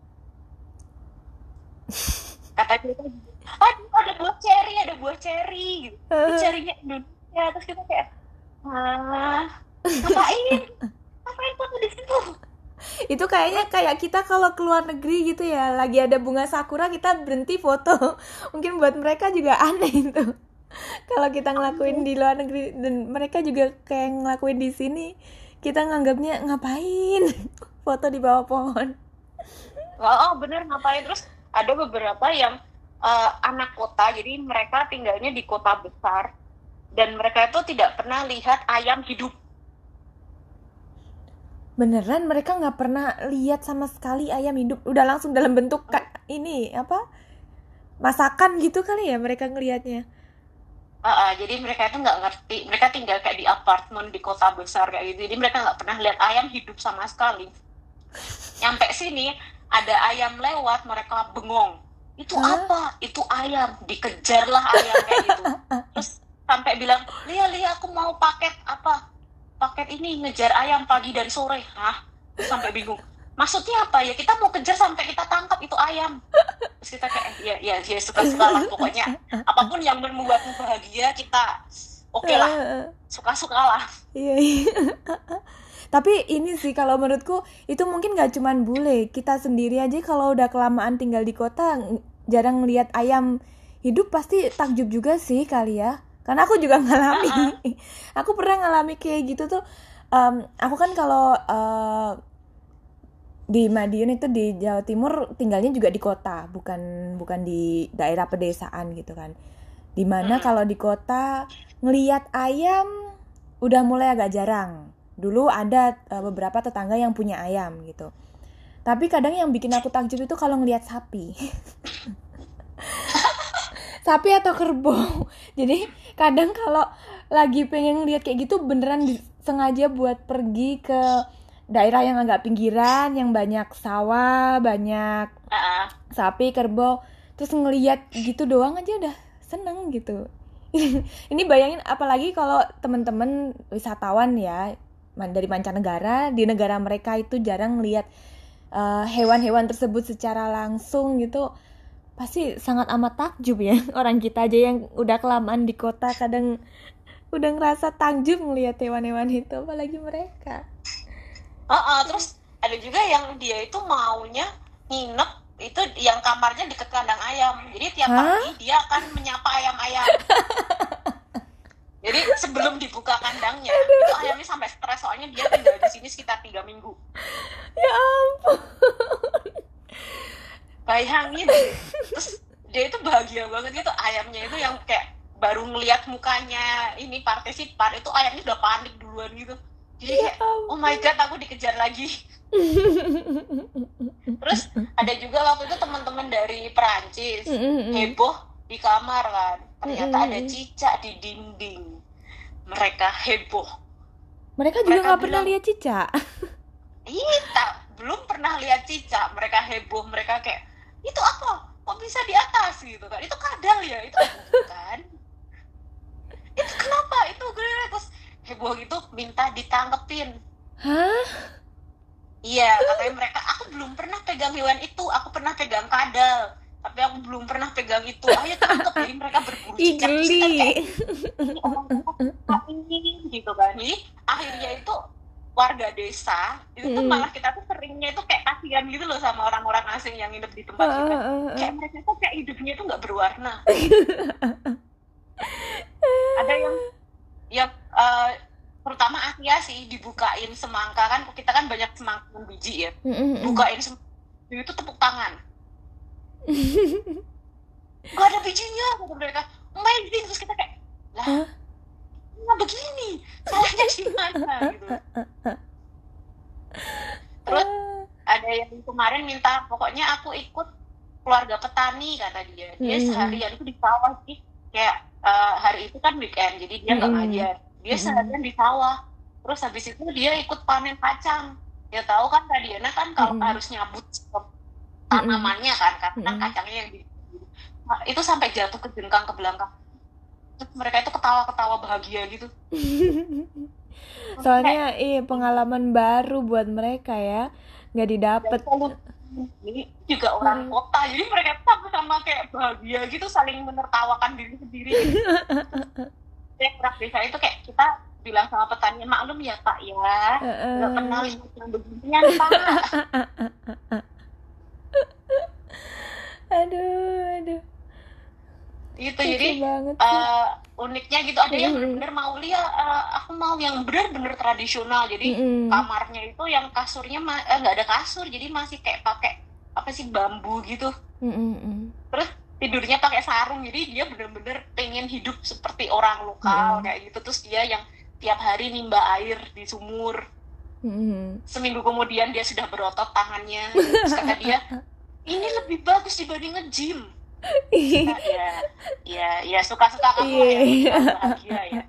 kata dia aduh ada buah ceri gitu, cerinya Indonesia, terus kita kayak ngapain foto di situ. Itu kayaknya kayak kita kalau ke luar negeri gitu ya, lagi ada bunga sakura kita berhenti foto. Mungkin buat mereka juga aneh itu. Kalau kita ngelakuin di luar negeri dan mereka juga kayak ngelakuin di sini, kita nganggapnya ngapain foto di bawah pohon. Oh bener, ngapain. Terus ada beberapa yang anak kota, jadi mereka tinggalnya di kota besar dan mereka itu tidak pernah lihat ayam hidup. Beneran mereka nggak pernah lihat sama sekali ayam hidup, udah langsung dalam bentuk ini apa masakan gitu kali ya mereka ngelihatnya. Jadi mereka itu nggak ngerti, mereka tinggal kayak di apartemen di kota besar kayak gitu, jadi mereka nggak pernah lihat ayam hidup sama sekali. Nyampe sini ada ayam lewat, mereka bengong, itu apa? Itu ayam, dikejarlah ayam kayak gitu. Terus sampai bilang, Lia aku mau paket ini, ngejar ayam pagi dan sore. Terus sampai bingung, maksudnya apa ya, kita mau kejar sampai kita tangkap itu ayam. Terus kita kayak ya suka-suka lah pokoknya, apapun yang membuatmu bahagia kita oke lah, suka-suka lah. Iya. Tapi ini sih kalau menurutku itu mungkin gak cuman bule, kita sendiri aja kalau udah kelamaan tinggal di kota jarang ngelihat ayam hidup pasti takjub juga sih kali ya. Karena aku juga ngalami. Aku pernah ngalami kayak gitu tuh. Aku kan kalau di Madiun itu di Jawa Timur tinggalnya juga di kota, bukan di daerah pedesaan gitu kan. Dimana kalau di kota ngelihat ayam udah mulai agak jarang. Dulu ada beberapa tetangga yang punya ayam gitu. Tapi kadang yang bikin aku takjub itu kalau ngelihat sapi. Sapi atau kerbau. Jadi kadang kalau lagi pengen lihat kayak gitu beneran sengaja buat pergi ke daerah yang agak pinggiran, yang banyak sawah, banyak sapi, kerbau, terus ngelihat gitu doang aja udah seneng gitu. Ini bayangin apalagi kalau teman-teman wisatawan ya dari mancanegara, di negara mereka itu jarang ngelihat hewan-hewan tersebut secara langsung gitu. Pasti sangat amat takjub ya. Orang kita aja yang udah kelamaan di kota kadang udah ngerasa takjub ngelihat hewan-hewan itu, apalagi mereka. Terus ada juga yang dia itu maunya nginep itu yang kamarnya deket kandang ayam. Jadi tiap pagi dia akan menyapa ayam-ayam. Jadi sebelum dibuka kandangnya, itu ayamnya sampai stres soalnya dia tinggal di sini sekitar 3 minggu. Ya ampun. Bayangin, terus dia itu bahagia banget gitu, ayamnya itu yang kayak baru ngelihat mukanya ini partisipar, itu ayamnya udah panik duluan gitu. Jadi kayak, oh my god, aku dikejar lagi. Terus ada juga waktu itu teman-teman dari Perancis heboh di kamar kan, ternyata ada cicak di dinding. Mereka heboh. Mereka juga nggak pernah lihat cicak. Iya, belum pernah lihat cicak. Mereka heboh, mereka kayak, itu apa? Kok bisa di atas gitu kan? Itu kadal ya? Itu bukan. Itu kenapa? Itu gede. Terus heboh gitu minta ditangkepin. Hah? Iya, katanya mereka, aku belum pernah pegang hewan itu, aku pernah pegang kadal, tapi aku belum pernah pegang itu. Ayo tangkep. Jadi mereka berburu cicak. Ini gitu kan. Jadi akhirnya itu warga desa itu tuh malah kita tuh seringnya itu kayak kasihan gitu loh sama orang-orang asing yang hidup di tempat kita. Kayak mereka tuh kayak hidupnya tuh nggak berwarna. Ada yang eh, terutama Asia sih dibukain semangka kan, kita kan banyak semangka dengan biji ya, bukain semangka itu tepuk tangan, gak ada bijinya kata mereka, amazing. Terus kita kayak lah nggak begini, salahnya di mana gitu. Terus ada yang kemarin minta pokoknya aku ikut keluarga petani kata dia seharian itu di sawah sih, kayak hari itu kan weekend jadi dia nggak ngajar, dia seharian di sawah. Terus habis itu dia ikut panen kacang. Ya tahu kan Kak Diana kan kalau harus nyabut tanamannya kan karena kacangnya yang itu sampai jatuh ke jengkang ke belakang. Terus mereka itu ketawa-ketawa bahagia gitu. Soalnya pengalaman baru buat mereka ya, nggak didapet. Ini juga orang kota, jadi mereka sama-sama kayak bahagia gitu, saling menertawakan diri sendiri. Yang orang desa itu kayak kita bilang sama petani, maklum ya Pak ya, nggak pernah lihat yang beginian Pak. Aduh. Itu jadi uniknya gitu, ada yang benar-benar mau lihat, aku mau yang benar-benar tradisional, jadi kamarnya itu yang kasurnya nggak ada kasur, jadi masih kayak pakai apa sih bambu gitu, terus tidurnya pakai sarung, jadi dia benar-benar pengen hidup seperti orang lokal kayak gitu. Terus dia yang tiap hari nimba air di sumur, seminggu kemudian dia sudah berotot tangannya. Terus kata dia ini lebih bagus dibanding nge-gym. Ya suka-suka kamu ya, bahagia ya.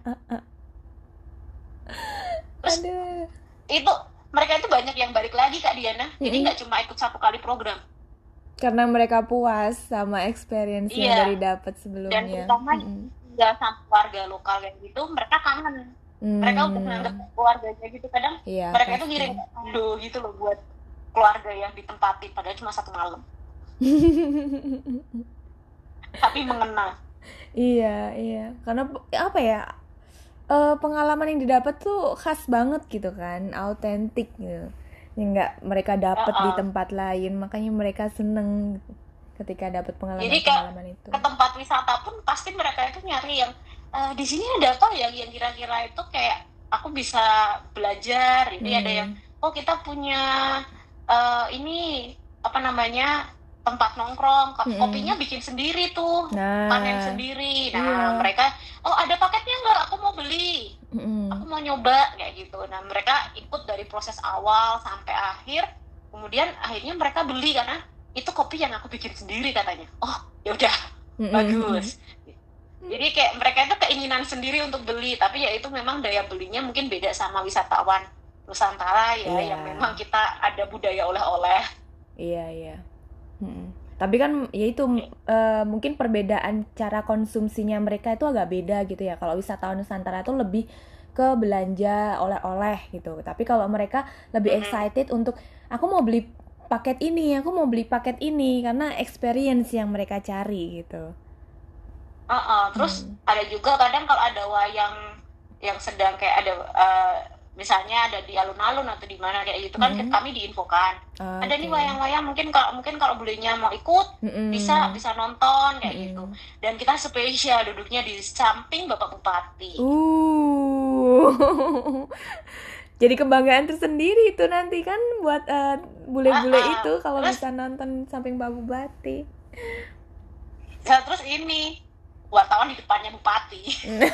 Terus itu mereka itu banyak yang balik lagi Kak Diana, jadi nggak cuma ikut 1 kali program karena mereka puas sama experience yang dari dapat sebelumnya. Dan terutama nggak sama keluarga lokal kayak gitu, mereka kangen. Mereka udah menganggap keluarganya gitu. Kadang mereka itu ngirim kado gitu loh buat keluarga yang ditempati, padahal cuma 1 malam. Tapi mengena. Iya karena apa ya, pengalaman yang didapat tuh khas banget gitu kan, autentik gitu, yang nggak mereka dapat di tempat lain, makanya mereka seneng ketika dapat pengalaman itu. Ke tempat wisata pun pasti mereka itu nyari yang di sini ada apa ya yang kira-kira itu kayak aku bisa belajar. Ini ada yang kita punya ini apa namanya tempat nongkrong, kopinya bikin sendiri tuh, panen sendiri. Nah mereka ada paketnya nggak? Aku mau beli, aku mau nyoba kayak gitu. Nah mereka ikut dari proses awal sampai akhir, kemudian akhirnya mereka beli karena itu kopi yang aku bikin sendiri katanya. Oh ya udah bagus. Jadi kayak mereka itu keinginan sendiri untuk beli, tapi ya itu memang daya belinya mungkin beda sama wisatawan Nusantara ya, yang memang kita ada budaya oleh-oleh. Iya. Tapi kan ya itu mungkin perbedaan cara konsumsinya mereka itu agak beda gitu ya. Kalau wisatawan Nusantara itu lebih ke belanja oleh-oleh gitu. Tapi kalau mereka lebih excited untuk aku mau beli paket ini karena experience yang mereka cari gitu. Terus ada juga kadang kalau ada wayang yang sedang kayak ada misalnya ada di alun-alun atau di mana kayak gitu kan, kami diinfokan ada nih wayang-wayang, mungkin kalau belinya mau ikut bisa nonton kayak gitu, dan kita spesial duduknya di samping Bapak Bupati. Jadi kebanggaan tersendiri itu nanti kan buat bule-bule itu kalau bisa nonton samping Bapak Bupati. Ya, terus ini wartawan di depannya Bupati.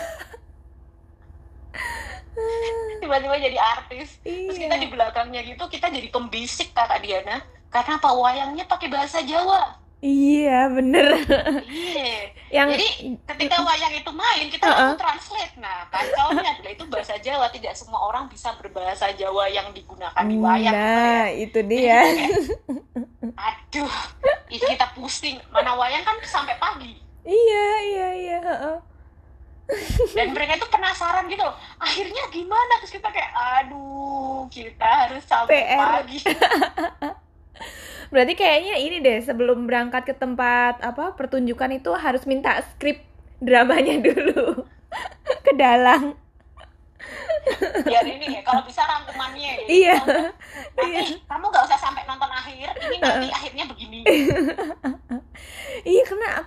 Tiba-tiba jadi artis. Terus kita di belakangnya gitu, kita jadi pembisik Kakak Diana, karena apa, wayangnya pakai bahasa Jawa. Iya bener. Jadi ketika wayang itu main, kita langsung translate. Nah kacaunya adalah itu bahasa Jawa, tidak semua orang bisa berbahasa Jawa yang digunakan di wayang. Nah itu dia. Aduh, itu kita pusing. Mana wayang kan sampai pagi. Iya. Dan mereka itu penasaran gitu loh, akhirnya gimana? Terus kita kayak aduh, kita harus sampai pagi. Berarti kayaknya ini deh, sebelum berangkat ke tempat pertunjukan itu harus minta skrip dramanya dulu ke dalang. Biar ini ya, kalau bisa rangkumannya ya. Iya. Nanti kamu nggak usah sampai nonton akhir, ini nanti akhirnya begini. Iya, karena aku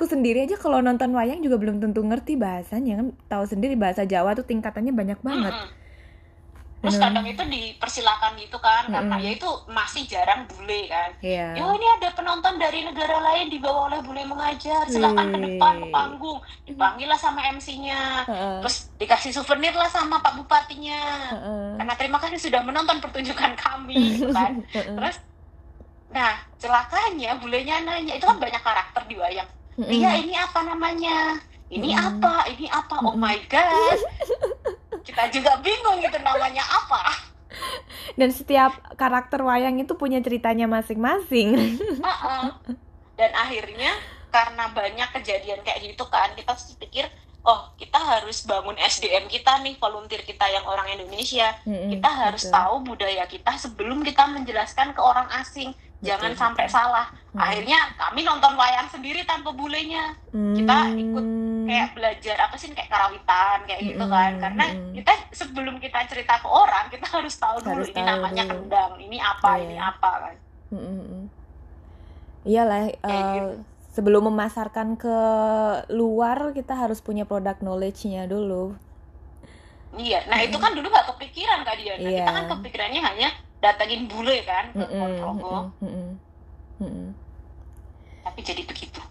sendiri aja kalau nonton wayang juga belum tentu ngerti bahasanya kan. Tahu sendiri bahasa Jawa tuh tingkatannya banyak banget. Terus kadang itu dipersilakan gitu kan, karena ya itu masih jarang bule kan. Iya. Yo ini ada penonton dari negara lain dibawa oleh bule mengajar, silakan ke depan ke panggung. Dipanggil lah sama MC-nya, terus dikasih souvenir lah sama Pak Bupatinya. Karena terima kasih sudah menonton pertunjukan kami, gitu kan. Terus, nah celakanya bulenya nanya, itu kan banyak karakter di wayang. Iya ini apa namanya? Ini apa? Ini apa? Oh my god. Kita juga bingung gitu namanya apa. Dan setiap karakter wayang itu punya ceritanya masing-masing. Dan akhirnya karena banyak kejadian kayak gitu kan, kita pikir, oh kita harus bangun SDM kita nih, volunteer kita yang orang Indonesia. Kita harus tahu budaya kita sebelum kita menjelaskan ke orang asing. Jangan sampai salah. Akhirnya kami nonton wayang sendiri tanpa bulenya. Kita ikut kayak belajar apa sih, kayak karawitan kayak gitu kan. Karena kita sebelum kita cerita ke orang, kita harus tahu dulu ini namanya kendang, ini apa, ini apa kan. Iyalah, sebelum memasarkan ke luar kita harus punya product knowledge-nya dulu. Iya, nah itu kan dulu nggak kepikiran Kak Diana. Kita kan kepikirannya hanya datengin bule kan ke Ponorogo. Tapi jadi begitu.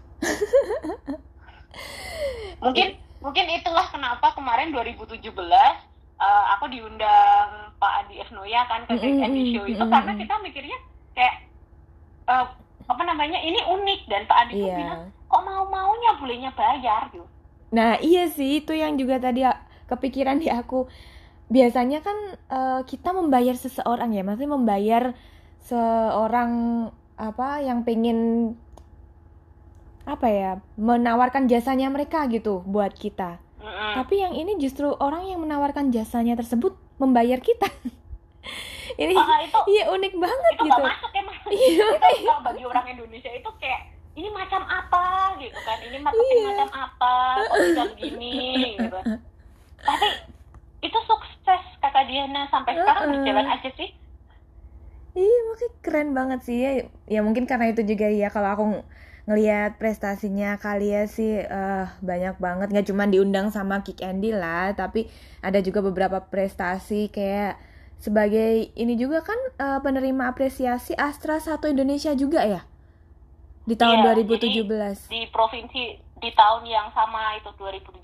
mungkin itulah kenapa kemarin 2017 aku diundang Pak Andi Esnoya kan ke Andi Show itu, karena kita mikirnya kayak apa namanya, ini unik, dan Pak Andi tuh bilang kok mau-maunya bulenya bayar gitu. Nah iya sih, itu yang juga tadi kepikiran di aku. Biasanya kan kita membayar seseorang ya, maksudnya membayar seorang apa yang pengen apa ya, menawarkan jasanya mereka gitu buat kita. Tapi yang ini justru orang yang menawarkan jasanya tersebut membayar kita. Ini itu, iya unik banget itu gitu. Itu gak masuk emang. Iya. Kalau bagi orang Indonesia itu kayak ini macam apa gitu kan, ini marketing macam apa, kok bisa begini gitu. Tapi itu sukses Kakak Diana sampai sekarang berjalan aja sih. Iya, makanya keren banget sih ya. Ya mungkin karena itu juga ya, kalau aku ngelihat prestasinya Kalia sih banyak banget, nggak cuma diundang sama Kick Andy lah, tapi ada juga beberapa prestasi kayak sebagai ini juga kan penerima apresiasi Astra 1 Indonesia juga ya di tahun 2017. Di provinsi di tahun yang sama itu 2017.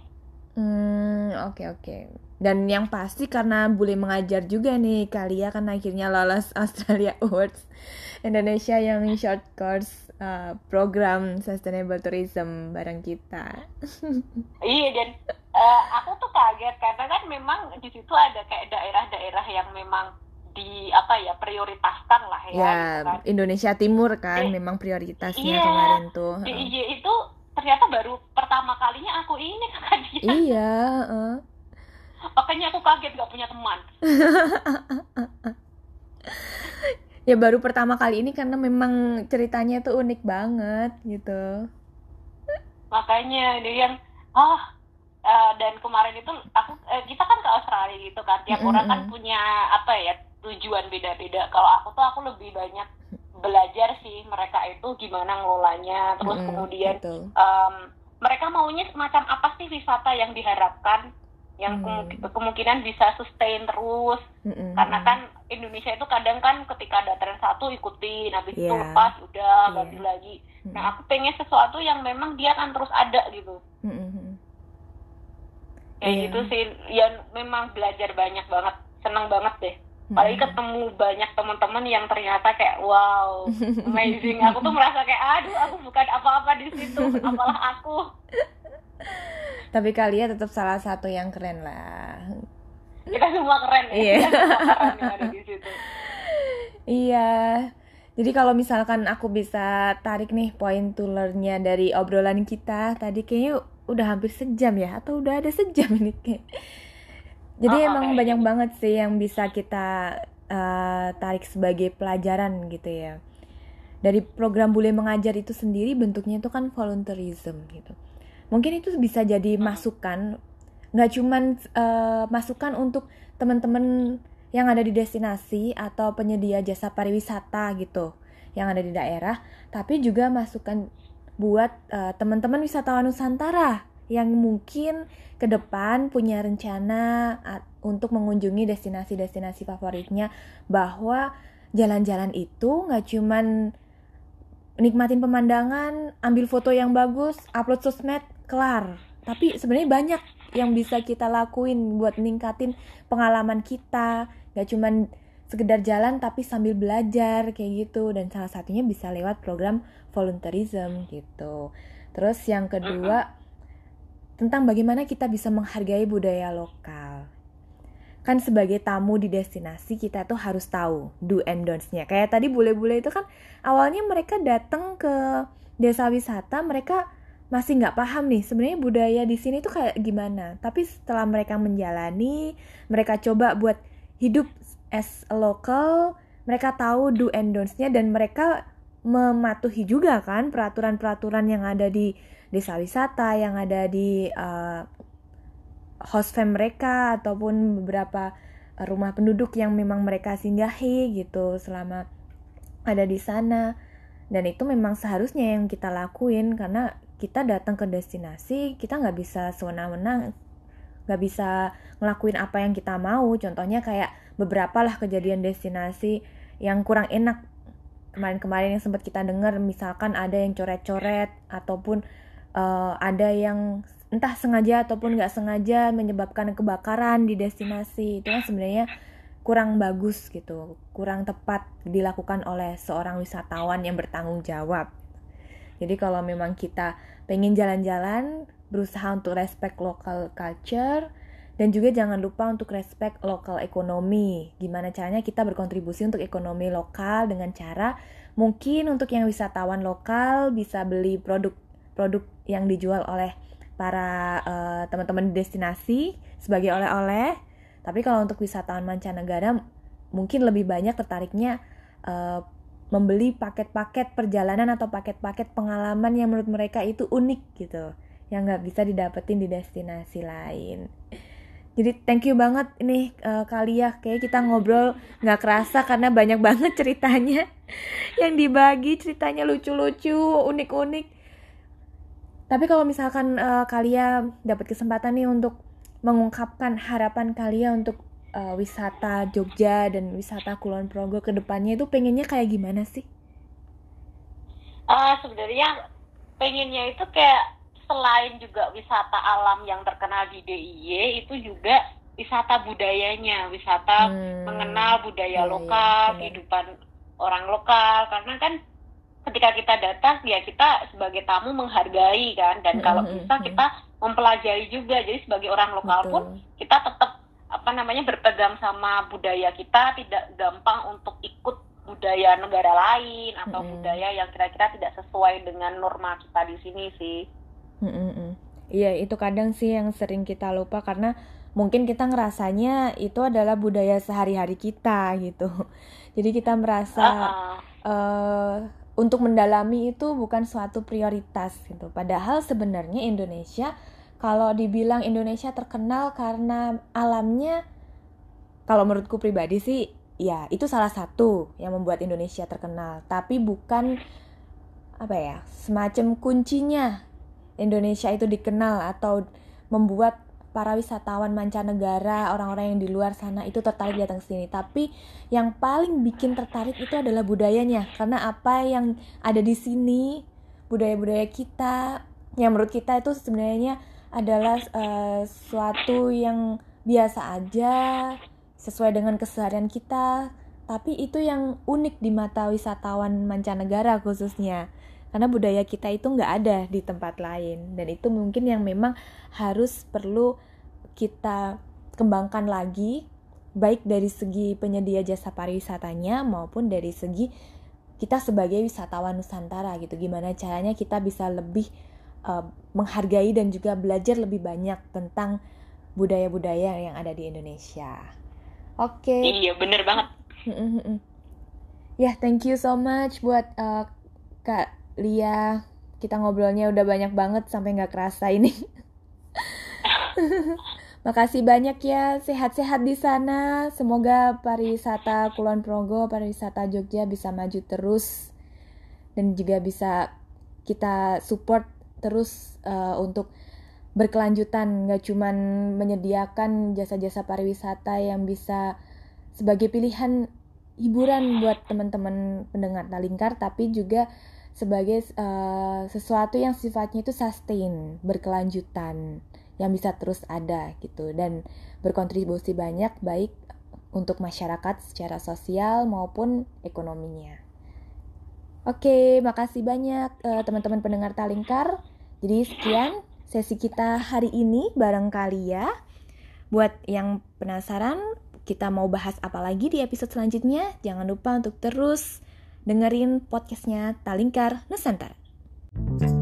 Oke. Dan yang pasti karena bule mengajar juga nih, Kalia kan akhirnya lolos Australia Awards Indonesia yang short course program Sustainable Tourism bareng kita. Iya, dan aku tuh kaget karena kan memang di situ ada kayak daerah-daerah yang memang di apa ya, prioritaskan lah ya. Gitu kan. Indonesia Timur kan memang prioritasnya kemarin tuh. Di IJ itu ternyata baru pertama kalinya aku ini Kakak Diana. Iya. Makanya aku kaget gak punya teman. Ya baru pertama kali ini karena memang ceritanya tuh unik banget gitu. Makanya dia yang dan kemarin itu kita kan ke Australia gitu kan, tiap orang kan punya apa ya, tujuan beda-beda. Kalau aku lebih banyak belajar sih mereka itu gimana ngelolanya, terus kemudian mereka maunya semacam apa sih wisata yang diharapkan, yang kemungkinan bisa sustain terus. Karena kan Indonesia itu kadang kan ketika ada tren satu ikutin, habis itu lepas udah ganti lagi. Nah aku pengen sesuatu yang memang dia kan terus ada gitu. Kayak gitu sih, ya memang belajar banyak banget, seneng banget deh. Apalagi ketemu banyak teman-teman yang ternyata kayak wow, amazing. Aku tuh merasa kayak aduh, aku bukan apa-apa di situ, apalah aku. Tapi kalian tetap salah satu yang keren lah. Kita semua keren ya. Iya. Kita semua keren yang ada di situ. Iya. Jadi kalau misalkan aku bisa tarik nih poin to learn-nya dari obrolan kita tadi, kayaknya udah hampir sejam ya, atau udah ada sejam ini kayak. Jadi emang banyak banget sih yang bisa kita tarik sebagai pelajaran gitu ya. Dari program Bule Mengajar itu sendiri bentuknya itu kan volunteerism gitu. Mungkin itu bisa jadi masukan, nggak cuman masukan untuk teman-teman yang ada di destinasi atau penyedia jasa pariwisata gitu yang ada di daerah, tapi juga masukan buat teman-teman wisatawan Nusantara yang mungkin ke depan punya rencana untuk mengunjungi destinasi-destinasi favoritnya, bahwa jalan-jalan itu nggak cuman nikmatin pemandangan, ambil foto yang bagus, upload sosmed, kelar. Tapi sebenarnya banyak yang bisa kita lakuin buat ningkatin pengalaman kita. Gak cuman sekedar jalan tapi sambil belajar kayak gitu. Dan salah satunya bisa lewat program volunteerism gitu. Terus yang kedua, tentang bagaimana kita bisa menghargai budaya lokal. Kan sebagai tamu di destinasi kita tuh harus tahu do and don'ts-nya. Kayak tadi bule-bule itu kan awalnya mereka datang ke desa wisata, mereka masih nggak paham nih sebenarnya budaya di sini tuh kayak gimana. Tapi setelah mereka menjalani, mereka coba buat hidup as a local, mereka tahu do and don'ts-nya dan mereka mematuhi juga kan peraturan-peraturan yang ada di desa wisata, yang ada di host fam mereka ataupun beberapa rumah penduduk yang memang mereka singgahi gitu selama ada di sana. Dan itu memang seharusnya yang kita lakuin, karena kita datang ke destinasi, kita nggak bisa sewenang-wenang, nggak bisa ngelakuin apa yang kita mau. Contohnya kayak beberapa lah kejadian destinasi yang kurang enak kemarin-kemarin yang sempat kita dengar, misalkan ada yang coret-coret ataupun ada yang entah sengaja ataupun nggak sengaja menyebabkan kebakaran di destinasi. Itu kan sebenarnya kurang bagus gitu, kurang tepat dilakukan oleh seorang wisatawan yang bertanggung jawab. Jadi kalau memang kita pengen jalan-jalan, berusaha untuk respect local culture, dan juga jangan lupa untuk respect local ekonomi. Gimana caranya kita berkontribusi untuk ekonomi lokal dengan cara mungkin untuk yang wisatawan lokal bisa beli produk yang dijual oleh para teman-teman destinasi sebagai oleh-oleh. Tapi kalau untuk wisatawan mancanegara mungkin lebih banyak tertariknya membeli paket-paket perjalanan atau paket-paket pengalaman yang menurut mereka itu unik gitu, yang nggak bisa didapetin di destinasi lain. Jadi thank you banget nih Kalia, kayak kita ngobrol nggak kerasa karena banyak banget ceritanya yang dibagi, ceritanya lucu-lucu, unik-unik. Tapi kalau misalkan Kalia dapat kesempatan nih untuk mengungkapkan harapan Kalia untuk wisata Jogja dan wisata Kulon Progo ke depannya, itu pengennya kayak gimana sih? Sebenarnya pengennya itu kayak selain juga wisata alam yang terkenal di DIY, itu juga wisata budayanya, wisata mengenal budaya lokal, kehidupan orang lokal. Karena kan ketika kita datang, ya kita sebagai tamu menghargai kan, dan kalau bisa kita mempelajari juga. Jadi sebagai orang lokal pun kita tetap berpegang sama budaya kita, tidak gampang untuk ikut budaya negara lain atau budaya yang kira-kira tidak sesuai dengan norma kita di sini sih. Iya, itu kadang sih yang sering kita lupa karena mungkin kita ngerasanya itu adalah budaya sehari-hari kita gitu. Jadi kita merasa untuk mendalami itu bukan suatu prioritas gitu. Padahal sebenarnya Indonesia, kalau dibilang Indonesia terkenal karena alamnya, kalau menurutku pribadi sih, ya itu salah satu yang membuat Indonesia terkenal. Tapi bukan semacam kuncinya Indonesia itu dikenal atau membuat para wisatawan mancanegara, orang-orang yang di luar sana itu tertarik datang ke sini. Tapi yang paling bikin tertarik itu adalah budayanya. Karena apa yang ada di sini, budaya-budaya kita, yang menurut kita itu sebenarnya adalah sesuatu yang biasa aja, sesuai dengan keseharian kita. Tapi itu yang unik di mata wisatawan mancanegara khususnya. Karena budaya kita itu nggak ada di tempat lain. Dan itu mungkin yang memang harus perlu kita kembangkan lagi, baik dari segi penyedia jasa pariwisatanya maupun dari segi kita sebagai wisatawan Nusantara gitu. Gimana caranya kita bisa lebih menghargai dan juga belajar lebih banyak tentang budaya-budaya yang ada di Indonesia. Oke. Iya, bener banget. Ya, thank you so much buat Kak Lia. Kita ngobrolnya udah banyak banget sampai gak kerasa ini. Makasih banyak ya, sehat-sehat di sana. Semoga pariwisata Kulon Progo, pariwisata Jogja bisa maju terus dan juga bisa kita support terus untuk berkelanjutan, nggak cuman menyediakan jasa-jasa pariwisata yang bisa sebagai pilihan hiburan buat teman-teman pendengar Talingkar, tapi juga sebagai sesuatu yang sifatnya itu sustain, berkelanjutan, yang bisa terus ada gitu, dan berkontribusi banyak baik untuk masyarakat secara sosial maupun ekonominya. Oke, makasih banyak teman-teman pendengar Talingkar. Jadi sekian sesi kita hari ini bareng Kalia. Buat yang penasaran kita mau bahas apa lagi di episode selanjutnya, jangan lupa untuk terus dengerin podcastnya Talingkar Nusantara.